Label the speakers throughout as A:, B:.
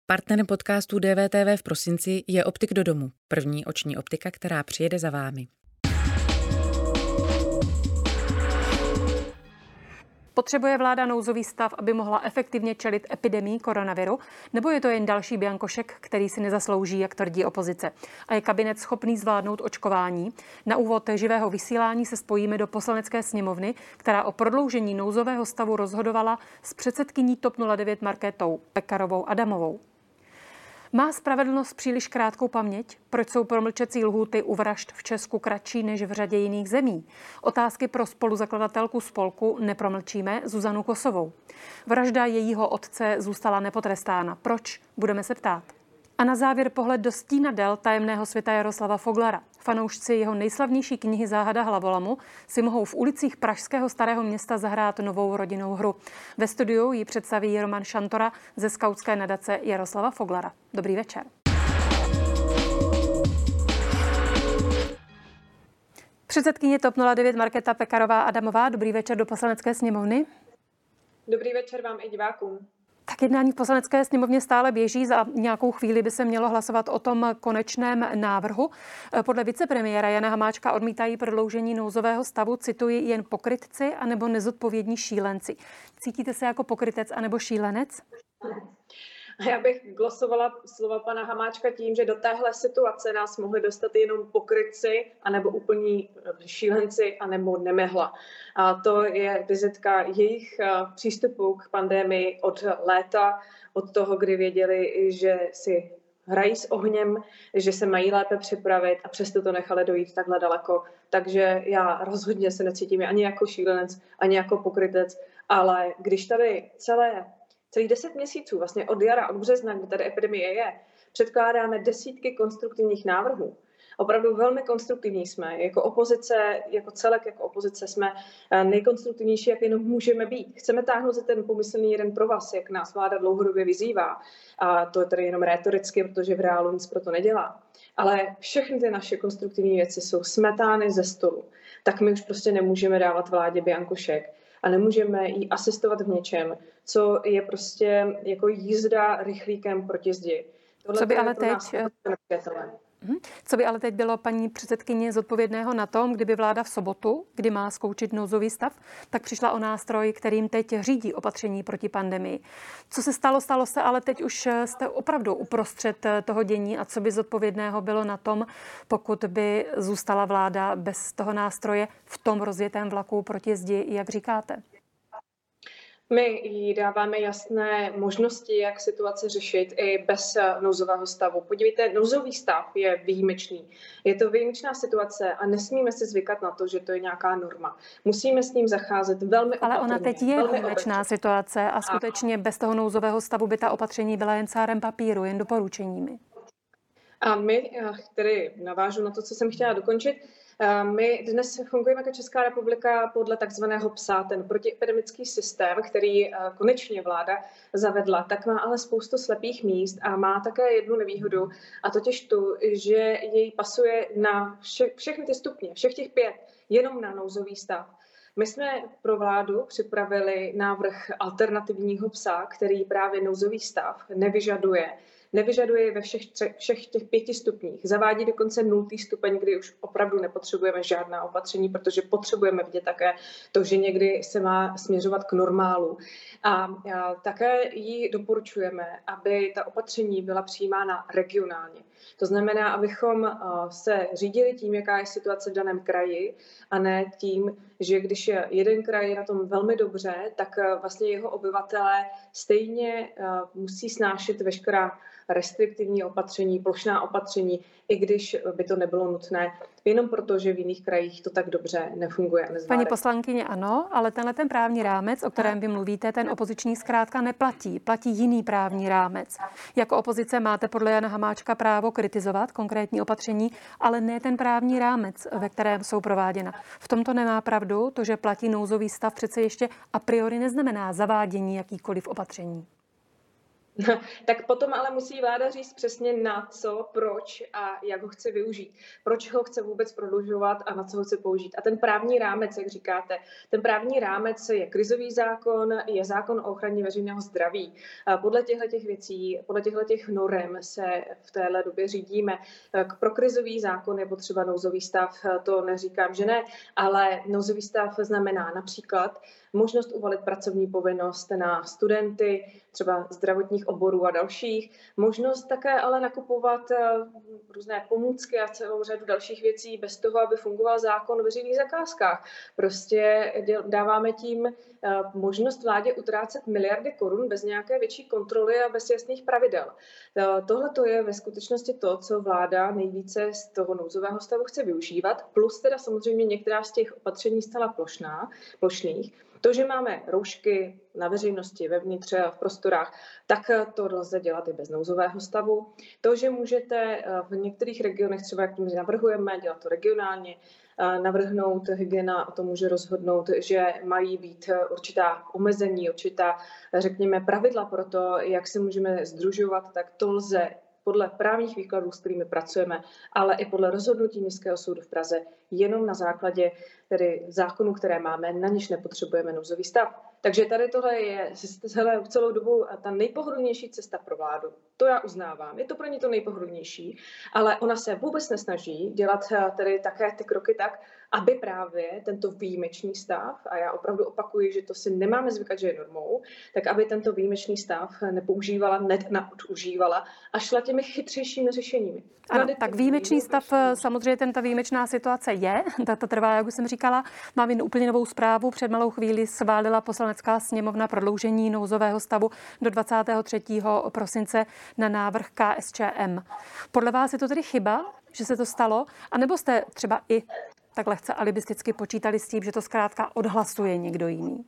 A: Partnerem podcastu DVTV v prosinci je Optik do domu, první oční optika, která přijede za vámi.
B: Potřebuje vláda nouzový stav, aby mohla efektivně čelit epidemii koronaviru, nebo je to jen další biankošek, který si nezaslouží, jak tvrdí opozice? A je kabinet schopný zvládnout očkování? Na úvod živého vysílání se spojíme do Poslanecké sněmovny, která o prodloužení nouzového stavu rozhodovala s předsedkyní TOP 09 Markétou Pekarovou Adamovou. Má spravedlnost příliš krátkou paměť? Proč jsou promlčecí lhůty u vražd v Česku kratší než v řadě jiných zemí? Otázky pro spoluzakladatelku spolku Nepromlčíme Zuzanu Kosovou. Vražda jejího otce zůstala nepotrestána. Proč? Budeme se ptát. A na závěr pohled do stínadel tajemného světa Jaroslava Foglara. Fanoušci jeho nejslavnější knihy Záhada hlavolamu si mohou v ulicích pražského Starého Města zahrát novou rodinnou hru. Ve studiu ji představí Roman Šantora ze skautské nadace Jaroslava Foglara. Dobrý večer. Předsedkyně TOP 09 Markéta Pekarová Adamová, dobrý večer do Poslanecké sněmovny.
C: Dobrý večer vám i divákům.
B: Tak jednání v Poslanecké sněmovně stále běží, za nějakou chvíli by se mělo hlasovat o tom konečném návrhu. Podle vicepremiéra Jana Hamáčka odmítají prodloužení nouzového stavu, cituji, jen pokrytci anebo nezodpovědní šílenci. Cítíte se jako pokrytec anebo šílenec?
C: Já bych glosovala slova pana Hamáčka tím, že do téhle situace nás mohli dostat jenom pokrytci, anebo úplní šílenci, anebo nemehla. A to je vizitka jejich přístupu k pandemii od léta, od toho, kdy věděli, že si hrají s ohněm, že se mají lépe připravit a přesto to nechali dojít takhle daleko. Takže já rozhodně se necítím ani jako šílenec, ani jako pokrytec, ale když tady celých 10 měsíců, vlastně od jara, od března, kdy tady epidemie je, předkládáme desítky konstruktivních návrhů. Opravdu velmi konstruktivní jsme. Jako opozice, jako celek, jako opozice jsme nejkonstruktivnější, jak jenom můžeme být. Chceme táhnout za ten pomyslný jeden provaz, jak nás vláda dlouhodobě vyzývá. A to je tady jenom rétoricky, protože v reálu nic pro to nedělá. Ale všechny ty naše konstruktivní věci jsou smetány ze stolu. Tak my už prostě nemůžeme dávat vládě biankošek. A nemůžeme jí asistovat v něčem, co je prostě jako jízda rychlíkem proti zdi.
B: Co by ale teď bylo, paní předsedkyně, zodpovědného na tom, kdyby vláda v sobotu, kdy má skončit nouzový stav, tak přišla o nástroj, kterým teď řídí opatření proti pandemii. Co se stalo? Stalo se, ale teď už jste opravdu uprostřed toho dění. A co by zodpovědného bylo na tom, pokud by zůstala vláda bez toho nástroje v tom rozjetém vlaku proti zdi, jak říkáte?
C: My jí dáváme jasné možnosti, jak situaci řešit i bez nouzového stavu. Podívejte, nouzový stav je výjimečný. Je to výjimečná situace a nesmíme si zvykat na to, že to je nějaká norma. Musíme s ním zacházet velmi opatrně.
B: Ale ona teď je výjimečná situace a skutečně bez toho nouzového stavu by ta opatření byla jen cárem papíru, jen doporučeními.
C: A my, tedy navážu na to, co jsem chtěla dokončit, my dnes fungujeme jako Česká republika podle takzvaného PSA, ten protiepidemický systém, který konečně vláda zavedla, tak má ale spoustu slepých míst a má také jednu nevýhodu, a totiž tu, že jej pasuje na všechny ty stupně, všech těch 5, jenom na nouzový stav. My jsme pro vládu připravili návrh alternativního PSA, který právě nouzový stav nevyžaduje ve všech těch 5 stupních. Zavádí dokonce 0. stupeň, kdy už opravdu nepotřebujeme žádná opatření, protože potřebujeme vidět také to, že někdy se má směřovat k normálu. A také jí doporučujeme, aby ta opatření byla přijímána regionálně. To znamená, abychom se řídili tím, jaká je situace v daném kraji, a ne tím, že když je jeden kraj na tom velmi dobře, tak vlastně jeho obyvatelé stejně musí snášet veškerá restriktivní opatření, plošná opatření, i když by to nebylo nutné, jenom proto, že v jiných krajích to tak dobře nefunguje.
B: Paní poslankyně, ano, ale tenhle ten právní rámec, o kterém vy mluvíte, ten opoziční zkrátka neplatí. Platí jiný právní rámec. Jako opozice máte podle Jana Hamáčka právo kritizovat konkrétní opatření, ale ne ten právní rámec, ve kterém jsou prováděna. V tomto nemá pravdu, to, že platí nouzový stav, přece ještě a priori neznamená zavádění jakýkoliv opatření.
C: Tak potom ale musí vláda říct přesně na co, proč a jak ho chce využít. Proč ho chce vůbec prodlužovat a na co ho chce použít. A ten právní rámec, jak říkáte, ten právní rámec je krizový zákon, je zákon o ochraně veřejného zdraví. Podle těchto věcí, podle těchto norem se v téhle době řídíme. Pro krizový zákon je potřeba nouzový stav, to neříkám, že ne, ale nouzový stav znamená například možnost uvalit pracovní povinnost na studenty, třeba zdravotních oborů a dalších. Možnost také ale nakupovat různé pomůcky a celou řadu dalších věcí bez toho, aby fungoval zákon o veřejných zakázkách. Prostě dáváme tím možnost vládě utrácet miliardy korun bez nějaké větší kontroly a bez jasných pravidel. Tohle to je ve skutečnosti to, co vláda nejvíce z toho nouzového stavu chce využívat, plus teda samozřejmě některá z těch opatření zcela plošných. To, že máme roušky na veřejnosti, vevnitř a v prostorách, tak to lze dělat i bez nouzového stavu. To, že můžete v některých regionech, třeba jak my navrhujeme, dělat to regionálně, navrhnout hygiena o tom může rozhodnout, že mají být určitá omezení, určitá, řekněme, pravidla pro to, jak se můžeme sdružovat, tak to lze podle právních výkladů, s kterými pracujeme, ale i podle rozhodnutí Městského soudu v Praze, jenom na základě tedy zákonů, které máme, na něž nepotřebujeme nouzový stav. Takže tady tohle je celou dobu ta nejpohodlnější cesta pro vládu. To já uznávám. Je to pro ně to nejpohodlnější, ale ona se vůbec nesnaží dělat tedy také ty kroky tak, aby právě tento výjimečný stav, a já opravdu opakuji, že to si nemáme zvykat, že je normou, tak aby tento výjimečný stav nepoužívala, neužívala a šla těmi chytřejšími řešeními.
B: Ano, tak výjimečný stav, samozřejmě ta výjimečná situace je, ta trvá, jak už jsem říkala. Mám jen úplně novou zprávu. Před malou chvíli schválila Poslanecká sněmovna prodloužení nouzového stavu do 23. prosince na návrh KSČM. Podle vás je to tedy chyba, že se to stalo? A nebo jste třeba i tak lehce alibisticky počítali s tím, že to zkrátka odhlasuje někdo jiný?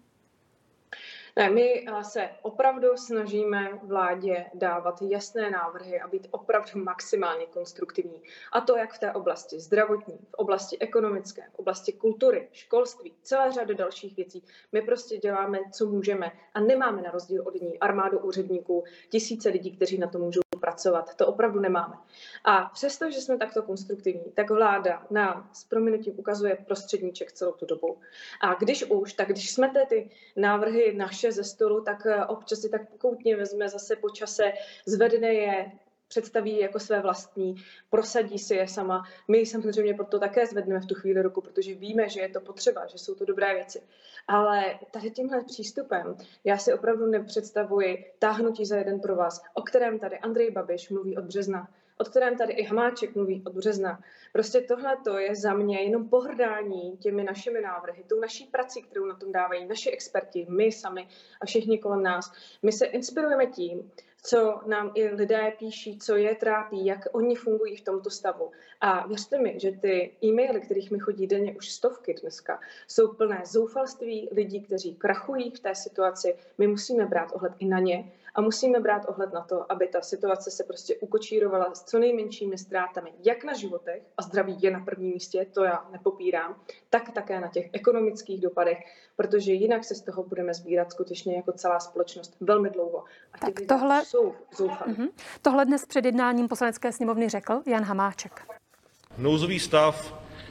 C: Ne, my se opravdu snažíme vládě dávat jasné návrhy a být opravdu maximálně konstruktivní. A to jak v té oblasti zdravotní, v oblasti ekonomické, v oblasti kultury, školství, celé řady dalších věcí. My prostě děláme, co můžeme a nemáme na rozdíl od ní armádu úředníků, tisíce lidí, kteří na to můžou pracovat. To opravdu nemáme. A přesto, že jsme takto konstruktivní, tak vláda nám s prominutím ukazuje prostředníček celou tu dobu. A když smete ty návrhy naše ze stolu, tak občas si tak pokoutně vezme zase po čase, zvedne je, představí jako své vlastní, prosadí si je sama. My samozřejmě proto také zvedneme v tu chvíli ruku, protože víme, že je to potřeba, že jsou to dobré věci. Ale tady tímhle přístupem já si opravdu nepředstavuji táhnutí za jeden provaz, o kterém tady Andrej Babiš mluví od března, o kterém tady i Hamáček mluví od března. Prostě tohle to je za mě jenom pohrdání těmi našimi návrhy, tou naší prací, kterou na tom dávají naši experti, my sami a všichni kolem nás. My se inspirujeme tím, co nám i lidé píší, co je trápí, jak oni fungují v tomto stavu. A věřte mi, že ty e-maily, kterých mi chodí denně už stovky dneska, jsou plné zoufalství lidí, kteří krachují v té situaci. My musíme brát ohled i na ně a musíme brát ohled na to, aby ta situace se prostě ukočírovala s co nejmenšími ztrátami, jak na životech, a zdraví je na prvním místě, to já nepopírám, tak také na těch ekonomických dopadech, protože jinak se z toho budeme sbírat skutečně jako celá společnost velmi dlouho. A
B: tak tohle
C: jsou zoufalí.
B: Tohle dnes před jednáním Poslanecké sněmovny řekl Jan Hamáček.
D: Nouzový stav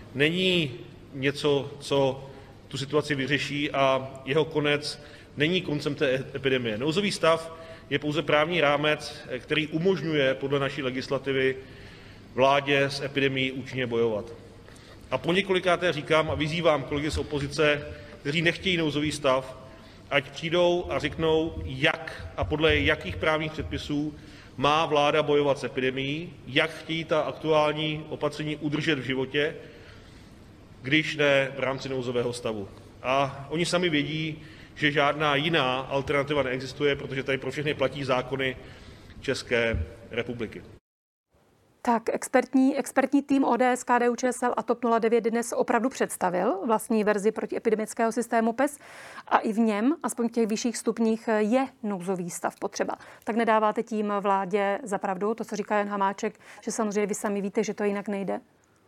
D: není něco, co tu situaci vyřeší a jeho konec není koncem té epidemie. Nouzový stav je pouze právní rámec, který umožňuje podle naší legislativy vládě s epidemií účinně bojovat. A po několikáté říkám a vyzývám kolegy z opozice, kteří nechtějí nouzový stav, ať přijdou a řeknou, jak a podle jakých právních předpisů má vláda bojovat s epidemií, jak chtějí ta aktuální opatření udržet v životě, když ne v rámci nouzového stavu. A oni sami vědí, že žádná jiná alternativa neexistuje, protože tady pro všechny platí zákony České republiky.
B: Tak expertní tým ODS, KDU-ČSL a TOP 09 dnes opravdu představil vlastní verzi protiepidemického systému PES a i v něm, aspoň v těch vyšších stupních, je nouzový stav potřeba. Tak nedáváte tím vládě za pravdu, to, co říká Jan Hamáček, že samozřejmě vy sami víte, že to jinak nejde?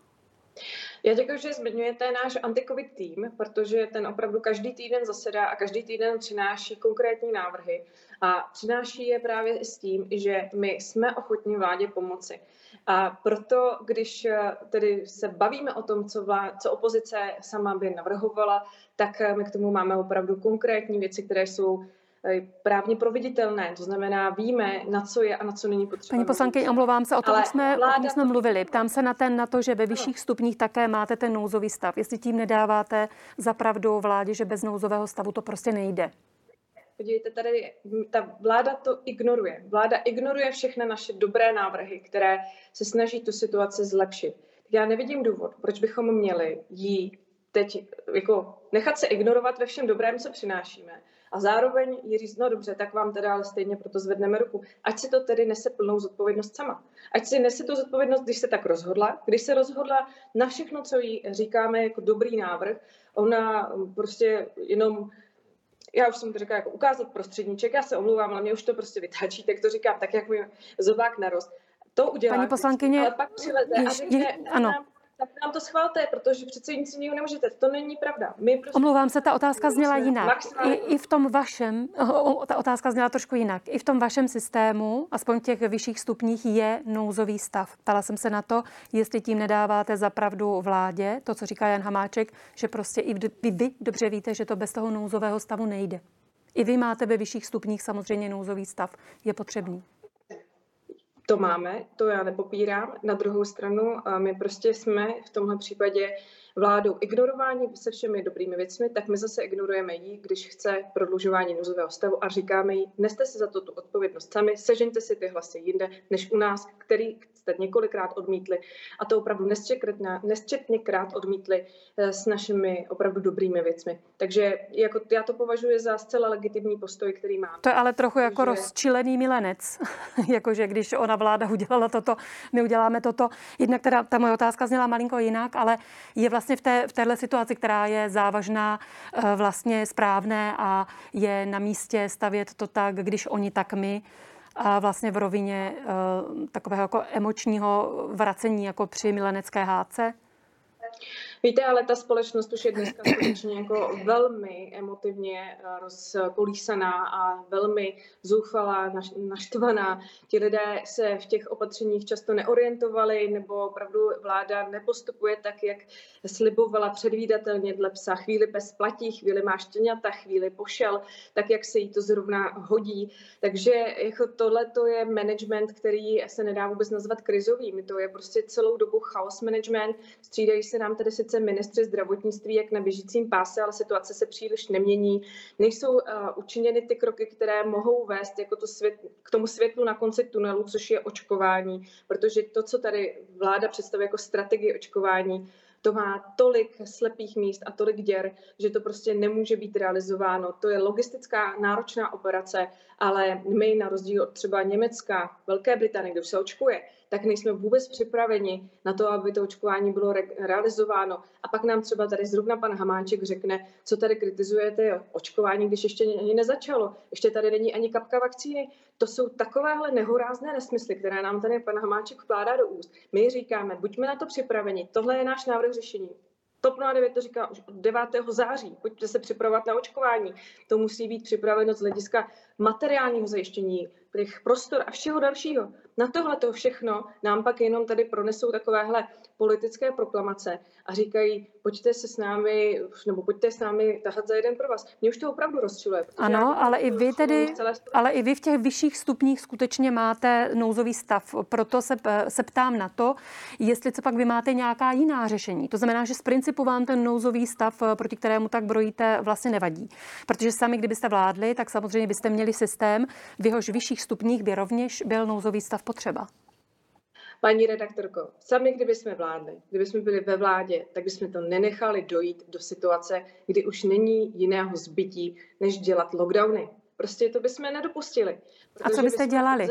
C: Já děkuji, že zmiňujete náš anti-covid tým, protože ten opravdu každý týden zasedá a každý týden přináší konkrétní návrhy. A přináší je právě s tím, že my jsme ochotní vládě pomoci. A proto, když tedy se bavíme o tom, co opozice sama by navrhovala, tak my k tomu máme opravdu konkrétní věci, které jsou právně proveditelné. To znamená, víme, na co je a na co není potřeba.
B: Paní poslankyně, omlouvám se, o tom jsme mluvili. Ptám se na to, že ve vyšších stupních také máte ten nouzový stav. Jestli tím nedáváte za pravdu vládě, že bez nouzového stavu to prostě nejde.
C: Podívejte, tady ta vláda to ignoruje. Vláda ignoruje všechny naše dobré návrhy, které se snaží tu situaci zlepšit. Já nevidím důvod, proč bychom měli jí teď jako nechat se ignorovat ve všem dobrém, co přinášíme. A zároveň jí říct, no dobře, tak vám teda ale stejně proto zvedneme ruku. Ať si to tedy nese plnou zodpovědnost sama. Ať si nese tu zodpovědnost, když se tak rozhodla. Když se rozhodla na všechno, co jí říkáme jako dobrý návrh, ona prostě jenom, já už jsem to řekla, jako ukázat prostředníček, já se omlouvám, ale mě už to prostě vytáčí, tak to říkám tak, jak mi zobák narost. To udělá.
B: Paní poslankyně,
C: ale pak přileze a řekne,
B: ano.
C: Tak nám to schvalte, protože přece nic jiného nemůžete. To není pravda.
B: Omlouvám se, ta otázka zněla jinak. I v tom vašem, ta otázka zněla trošku jinak. I v tom vašem systému, aspoň v těch vyšších stupních, je nouzový stav. Ptala jsem se na to, jestli tím nedáváte za pravdu vládě, to, co říká Jan Hamáček, že prostě i vy dobře víte, že to bez toho nouzového stavu nejde. I vy máte ve vyšších stupních samozřejmě nouzový stav. Je potřebný.
C: To máme, to já nepopírám. Na druhou stranu my prostě jsme v tomhle případě vládou ignorování se všemi dobrými věcmi, tak my zase ignorujeme jí, když chce prodlužování nouzového stavu a říkáme jí, neste si za to tu odpovědnost sami, sežeňte si ty hlasy jinde, než u nás, který jste několikrát odmítli a to opravdu nesčetněkrát odmítli s našimi opravdu dobrými věcmi. Takže jako já to považuji za zcela legitimní postoj, který mám.
B: To je ale trochu jako rozčilený milenec, jakože když ona vláda udělala toto, my uděláme toto. Jednak teda ta moje otázka zněla malinko jinak, ale je vlastně v téhle situaci, která je závažná, vlastně správné a je na místě stavět to tak, když oni, tak my, a vlastně v rovině takového jako emočního vracení jako při milenecké hádce?
C: Víte, ale ta společnost už je dneska skutečně jako velmi emotivně rozkolísaná a velmi zoufalá, naštvaná. Ti lidé se v těch opatřeních často neorientovali, nebo opravdu vláda nepostupuje tak, jak slibovala předvídatelně dle psa. Chvíli pes platí, chvíli má štěňata, chvíli pošel, tak jak se jí to zrovna hodí. Takže jako tohle to je management, který se nedá vůbec nazvat krizovým. To je prostě celou dobu chaos management. Střídají se nám tady sice ministři zdravotnictví jak na běžícím páse, ale situace se příliš nemění. Nejsou učiněny ty kroky, které mohou vést jako k tomu světlu na konci tunelu, což je očkování, protože to, co tady vláda představuje jako strategii očkování, to má tolik slepých míst a tolik děr, že to prostě nemůže být realizováno. To je logistická náročná operace, ale my na rozdíl od třeba Německa, Velké Británie, kde už se očkuje, tak nejsme vůbec připraveni na to, aby to očkování bylo realizováno. A pak nám třeba tady zrovna pan Hamáček řekne, co tady kritizujete očkování, když ještě ani nezačalo. Ještě tady není ani kapka vakcíny. To jsou takovéhle nehorázné nesmysly, které nám tady pan Hamáček vkládá do úst. My říkáme, buďme na to připraveni. Tohle je náš návrh řešení. TOP 09 to říká už od 9. září. Pojďte se připravovat na očkování. To musí být připraveno z hlediska materiálního zajištění, těch prostor a všeho dalšího. Na tohle to všechno nám pak jenom tady pronesou takovéhle politické proklamace a říkají, pojďte se s námi, nebo pojďte s námi tahat za jeden pro vás. Mě už to opravdu rozčiluje.
B: Ano, ale i vy v těch vyšších stupních skutečně máte nouzový stav. Proto se ptám na to, jestli co pak vy máte nějaká jiná řešení. To znamená, že z principu vám ten nouzový stav, proti kterému tak brojíte, vlastně nevadí. Protože sami, kdybyste vládli, tak samozřejmě byste měli systém, v jehož vyšších stupních by rovněž byl nouzový stav potřeba.
C: Paní redaktorko, sami kdybychom vládli, kdybychom byli ve vládě, tak bychom to nenechali dojít do situace, kdy už není jiného zbytí, než dělat lockdowny. Prostě to bychom nedopustili.
B: A co byste dělali?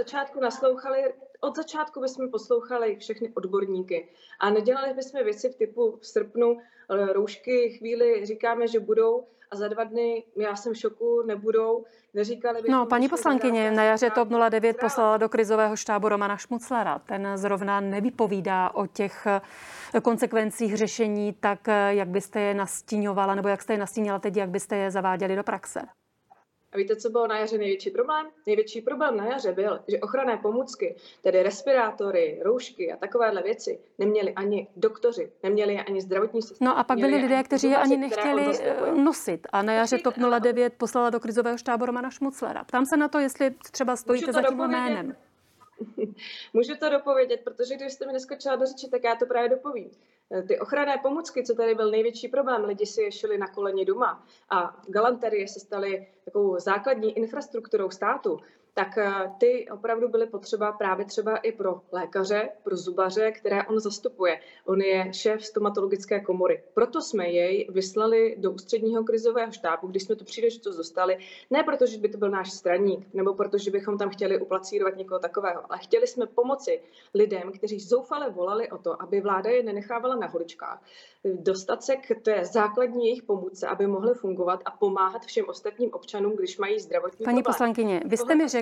C: Od začátku bychom poslouchali všechny odborníky a nedělali bychom věci v typu v srpnu roušky chvíli říkáme, že budou a za 2 dny, já jsem v šoku, nebudou. Neříkali bychom,
B: paní poslankyně, na jaře TOP 09 poslala do krizového štábu Romana Šmuclera. Ten zrovna nevypovídá o těch konsekvencích řešení tak, jak byste je nastíňovala, nebo jak jste je nastínila teď, jak byste je zaváděli do praxe.
C: A víte, co bylo na jaře největší problém? Největší problém na jaře byl, že ochranné pomůcky, tedy respirátory, roušky a takovéhle věci, neměli ani doktoři, neměli je ani zdravotní sestry.
B: No a pak byli lidé, kteří je ani nechtěli nosit. A na jaře TOP 09 poslala do krizového štábu Romana Šmuclera. Ptám se na to, jestli třeba stojíte za tímhle jménem.
C: Můžu to dopovědět, protože když jste mi neskočila do řeči, tak já to právě dopovím. Ty ochranné pomůcky, co tady byl největší problém, lidi si je šili na koleni doma a galanterie se staly takovou základní infrastrukturou státu, tak ty opravdu byly potřeba právě třeba i pro lékaře, pro zubaře, které on zastupuje. On je šéf stomatologické komory. Proto jsme jej vyslali do ústředního krizového štábu, když jsme tu příležitost dostali, ne proto, že by to byl náš straník, nebo proto, že bychom tam chtěli uplacírovat někoho takového, ale chtěli jsme pomoci lidem, kteří zoufale volali o to, aby vláda je nenechávala na holičkách, dostat se k té základní jejich pomůcce, aby mohly fungovat a pomáhat všem ostatním občanům, když mají zdravotní
B: Paní
C: problém.
B: poslankyně, vy jste mi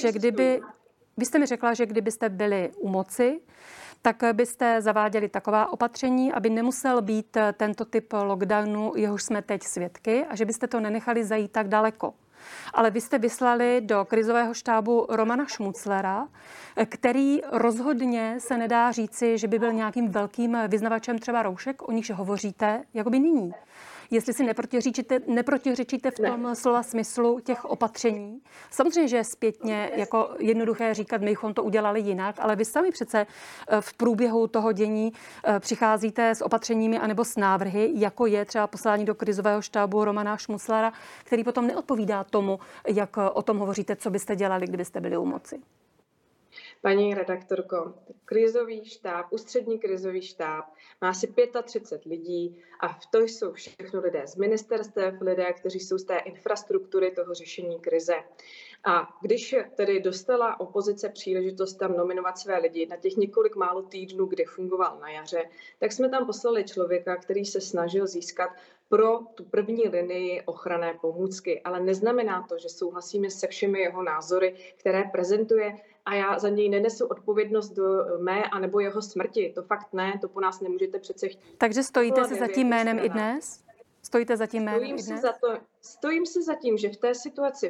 B: řekla, že kdybyste byli u moci, tak byste zaváděli taková opatření, aby nemusel být tento typ lockdownu, jehož jsme teď svědky, a že byste to nenechali zajít tak daleko. Ale vy jste vyslali do krizového štábu Romana Šmuclera, který rozhodně se nedá říci, že by byl nějakým velkým vyznavačem třeba roušek, o nichž hovoříte, jakoby nyní. Jestli si neprotiřečíte v tom slova smyslu těch opatření. Samozřejmě, že je zpětně jako jednoduché říkat, my bychom to udělali jinak, ale vy sami přece v průběhu toho dění přicházíte s opatřeními anebo s návrhy, jako je třeba poslání do krizového štábu Romana Šmuclera, který potom neodpovídá tomu, jak o tom hovoříte, co byste dělali, kdybyste byli u moci.
C: Paní redaktorko, krizový štáb, ústřední krizový štáb má asi 35 lidí a to jsou všechno lidé z ministerstev, lidé, kteří jsou z té infrastruktury toho řešení krize. A když tedy dostala opozice příležitost tam nominovat své lidi na těch několik málo týdnů, kdy fungoval na jaře, tak jsme tam poslali člověka, který se snažil získat pro tu první linii ochranné pomůcky. Ale neznamená to, že souhlasíme se všemi jeho názory, které prezentuje, a já za něj nenesu odpovědnost do mé anebo jeho smrti. To fakt ne, to po nás nemůžete přece chtít.
B: Takže stojíte se za tím jménem i dnes? Stojíte za tím jménem i dnes?
C: Stojím si za tím, že v té situaci,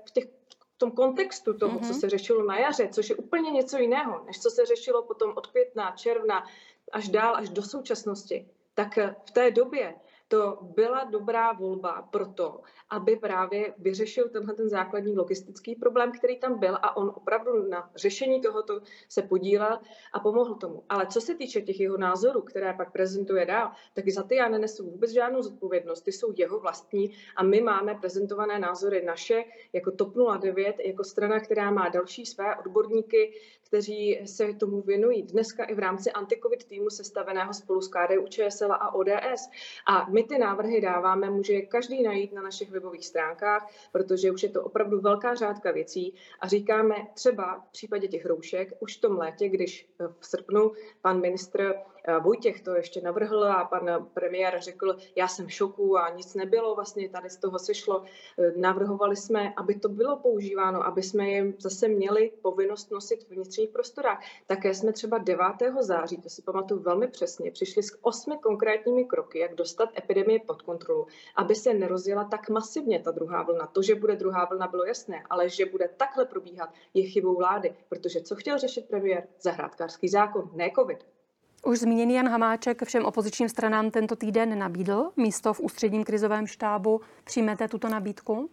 C: v tom kontextu toho, co se řešilo na jaře, což je úplně něco jiného, než co se řešilo potom od května, června až dál, až do současnosti, tak v té době to byla dobrá volba pro to, aby právě vyřešil ten základní logistický problém, který tam byl, a on opravdu na řešení tohoto se podílel a pomohl tomu. Ale co se týče těch jeho názorů, které pak prezentuje dál, tak za ty já nenesu vůbec žádnou zodpovědnost. Ty jsou jeho vlastní a my máme prezentované názory naše jako TOP 09, jako strana, která má další své odborníky, kteří se tomu věnují dneska i v rámci anti-covid týmu sestaveného spolu s KDU-ČSL a ODS. A my ty návrhy dáváme, může každý najít na našich webových stránkách, protože už je to opravdu velká řádka věcí a říkáme třeba v případě těch roušek, už v tom létě, když v srpnu pan ministr Vojtěch to ještě navrhl a pan premiér řekl, já jsem v šoku a nic nebylo, vlastně tady z toho sešlo. Navrhovali jsme, aby to bylo používáno, aby jsme jim zase měli povinnost nosit v vnitřních prostorách. Také jsme třeba 9. září, to si pamatuju velmi přesně, přišli s 8 konkrétními kroky, jak dostat epidemii pod kontrolu, aby se nerozjela tak masivně ta druhá vlna. To, že bude druhá vlna, bylo jasné, ale že bude takhle probíhat, je chybou vlády, protože co chtěl řešit premiér? Zahrádkářský zákon, ne covid.
B: Už zmíněný Jan Hamáček všem opozičním stranám tento týden nabídl místo v ústředním krizovém štábu. Přijmete tuto nabídku?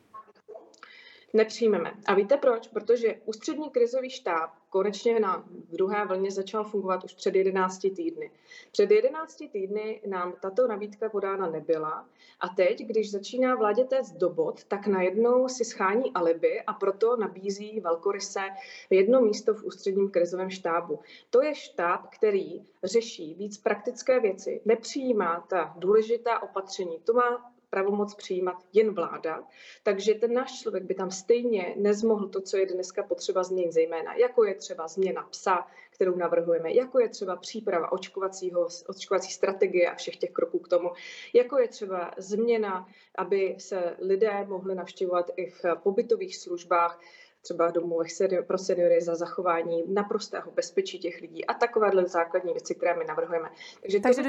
C: Nepřijmeme. A víte proč? Protože ústřední krizový štáb konečně na druhé vlně začal fungovat už před 11 týdny. Před 11 týdny nám tato nabídka podána nebyla a teď, když začíná vládě téct do bod, tak najednou si schání alibi a proto nabízí velkoryse jedno místo v ústředním krizovém štábu. To je štáb, který řeší víc praktické věci, nepřijímá ta důležitá opatření. To má pravomoc přijímat jen vláda, takže ten náš člověk by tam stejně nezmohl to, co je dneska potřeba změnit, zejména jako je třeba změna PSA, kterou navrhujeme, jako je třeba příprava očkovací strategie a všech těch kroků k tomu, jako je třeba změna, aby se lidé mohli navštěvovat i v pobytových službách třeba domovech pro seniory za zachování naprostého bezpečí těch lidí a takovéhle základní věci, které my navrhujeme.
B: Takže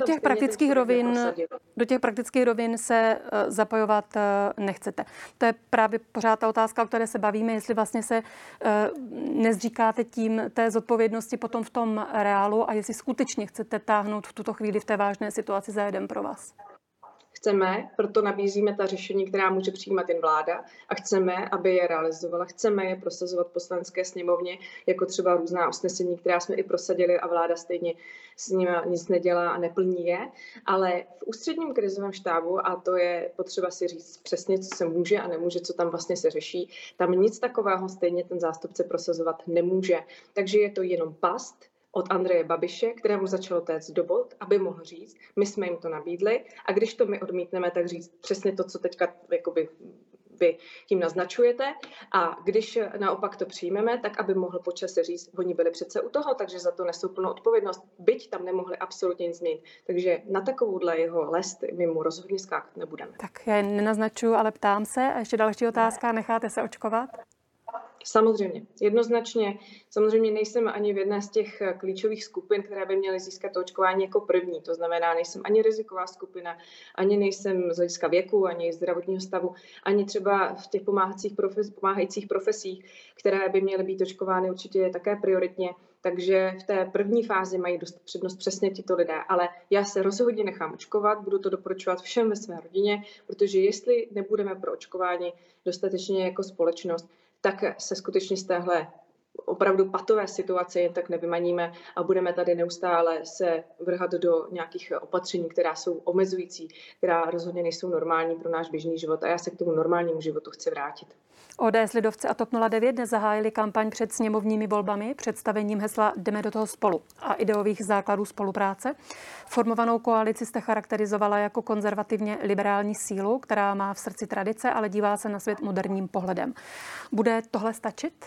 B: do těch praktických rovin se zapojovat nechcete. To je právě pořád ta otázka, o které se bavíme, jestli vlastně se nezříkáte tím té zodpovědnosti potom v tom reálu a jestli skutečně chcete táhnout v tuto chvíli v té vážné situaci za jeden pro vás.
C: Chceme, proto nabízíme ta řešení, která může přijímat jen vláda a chceme, aby je realizovala. Chceme je prosazovat v Poslanecké sněmovně, jako třeba různá usnesení, která jsme i prosadili a vláda stejně s nimi nic nedělá a neplní je. Ale v ústředním krizovém štábu, a to je potřeba si říct přesně, co se může a nemůže, co tam vlastně se řeší, tam nic takového stejně ten zástupce prosazovat nemůže. Takže je to jenom past od Andreje Babiše, kterému začalo téct do bod, aby mohl říct, my jsme jim to nabídli a když to my odmítneme, tak říct přesně to, co teďka jakoby vy tím naznačujete a když naopak to přijmeme, tak aby mohl po čase říct, oni byli přece u toho, takže za to nesou plnou odpovědnost, byť tam nemohli absolutně nic změnit. Takže na takovouhle jeho lest my mu rozhodně skákat nebudeme.
B: Tak já nenaznačuju, ale ptám se. A ještě další otázka, necháte se očkovat?
C: Samozřejmě, jednoznačně. Samozřejmě nejsem ani v jedné z těch klíčových skupin, které by měly získat to očkování jako první. To znamená, nejsem ani riziková skupina, ani nejsem z hlediska věku, ani zdravotního stavu, ani třeba v těch pomáhajících profesích, které by měly být očkovány určitě také prioritně. Takže v té první fázi mají přednost přesně tito lidé. Ale já se rozhodně nechám očkovat, budu to doporučovat všem ve své rodině, protože jestli nebudeme pro očkování dostatečně jako společnost, tak se skutečně z téhle opravdu patové situace jen tak nevymaníme a budeme tady neustále se vrhat do nějakých opatření, která jsou omezující, která rozhodně nejsou normální pro náš běžný život a já se k tomu normálnímu životu chci vrátit.
B: ODS, lidovci a TOP 09 dnes zahájili kampaň před sněmovními volbami představením hesla Jdeme do toho spolu a ideových základů spolupráce. Formovanou koalici jste charakterizovala jako konzervativně liberální sílu, která má v srdci tradice, ale dívá se na svět moderním pohledem. Bude tohle stačit?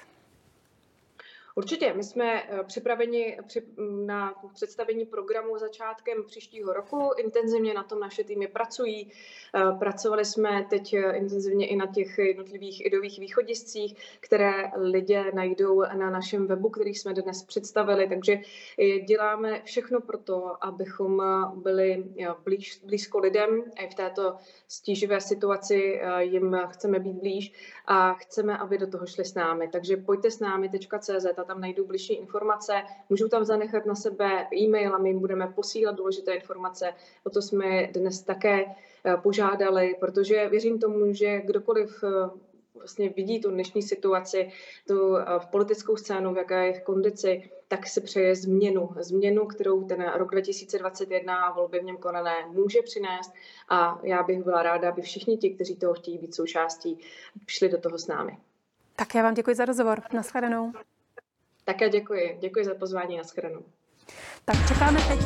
C: Určitě, my jsme připraveni na představení programu začátkem příštího roku. Intenzivně na tom naše týmy pracují. Pracovali jsme teď intenzivně i na těch jednotlivých ideových východiscích, které lidé najdou na našem webu, který jsme dnes představili. Takže děláme všechno pro to, abychom byli blízko lidem. I v této stíživé situaci jim chceme být blíž a chceme, aby do toho šli s námi. Takže pojďte s námi.cz a tam najdou bližší informace. Můžou tam zanechat na sebe e-mail a my jim budeme posílat důležité informace. O to jsme dnes také požádali, protože věřím tomu, že kdokoliv vlastně vidí tu dnešní situaci, tu politickou scénu, v jaké je kondici, tak si přeje změnu, kterou ten rok 2021 a volby v něm konané může přinést a já bych byla ráda, aby všichni ti, kteří toho chtějí být součástí, šli do toho s námi.
B: Tak já vám děkuji za rozhovor. Naschledanou.
C: Také děkuji. Děkuji za pozvání. Naschledanou.
B: Tak čekáme teď.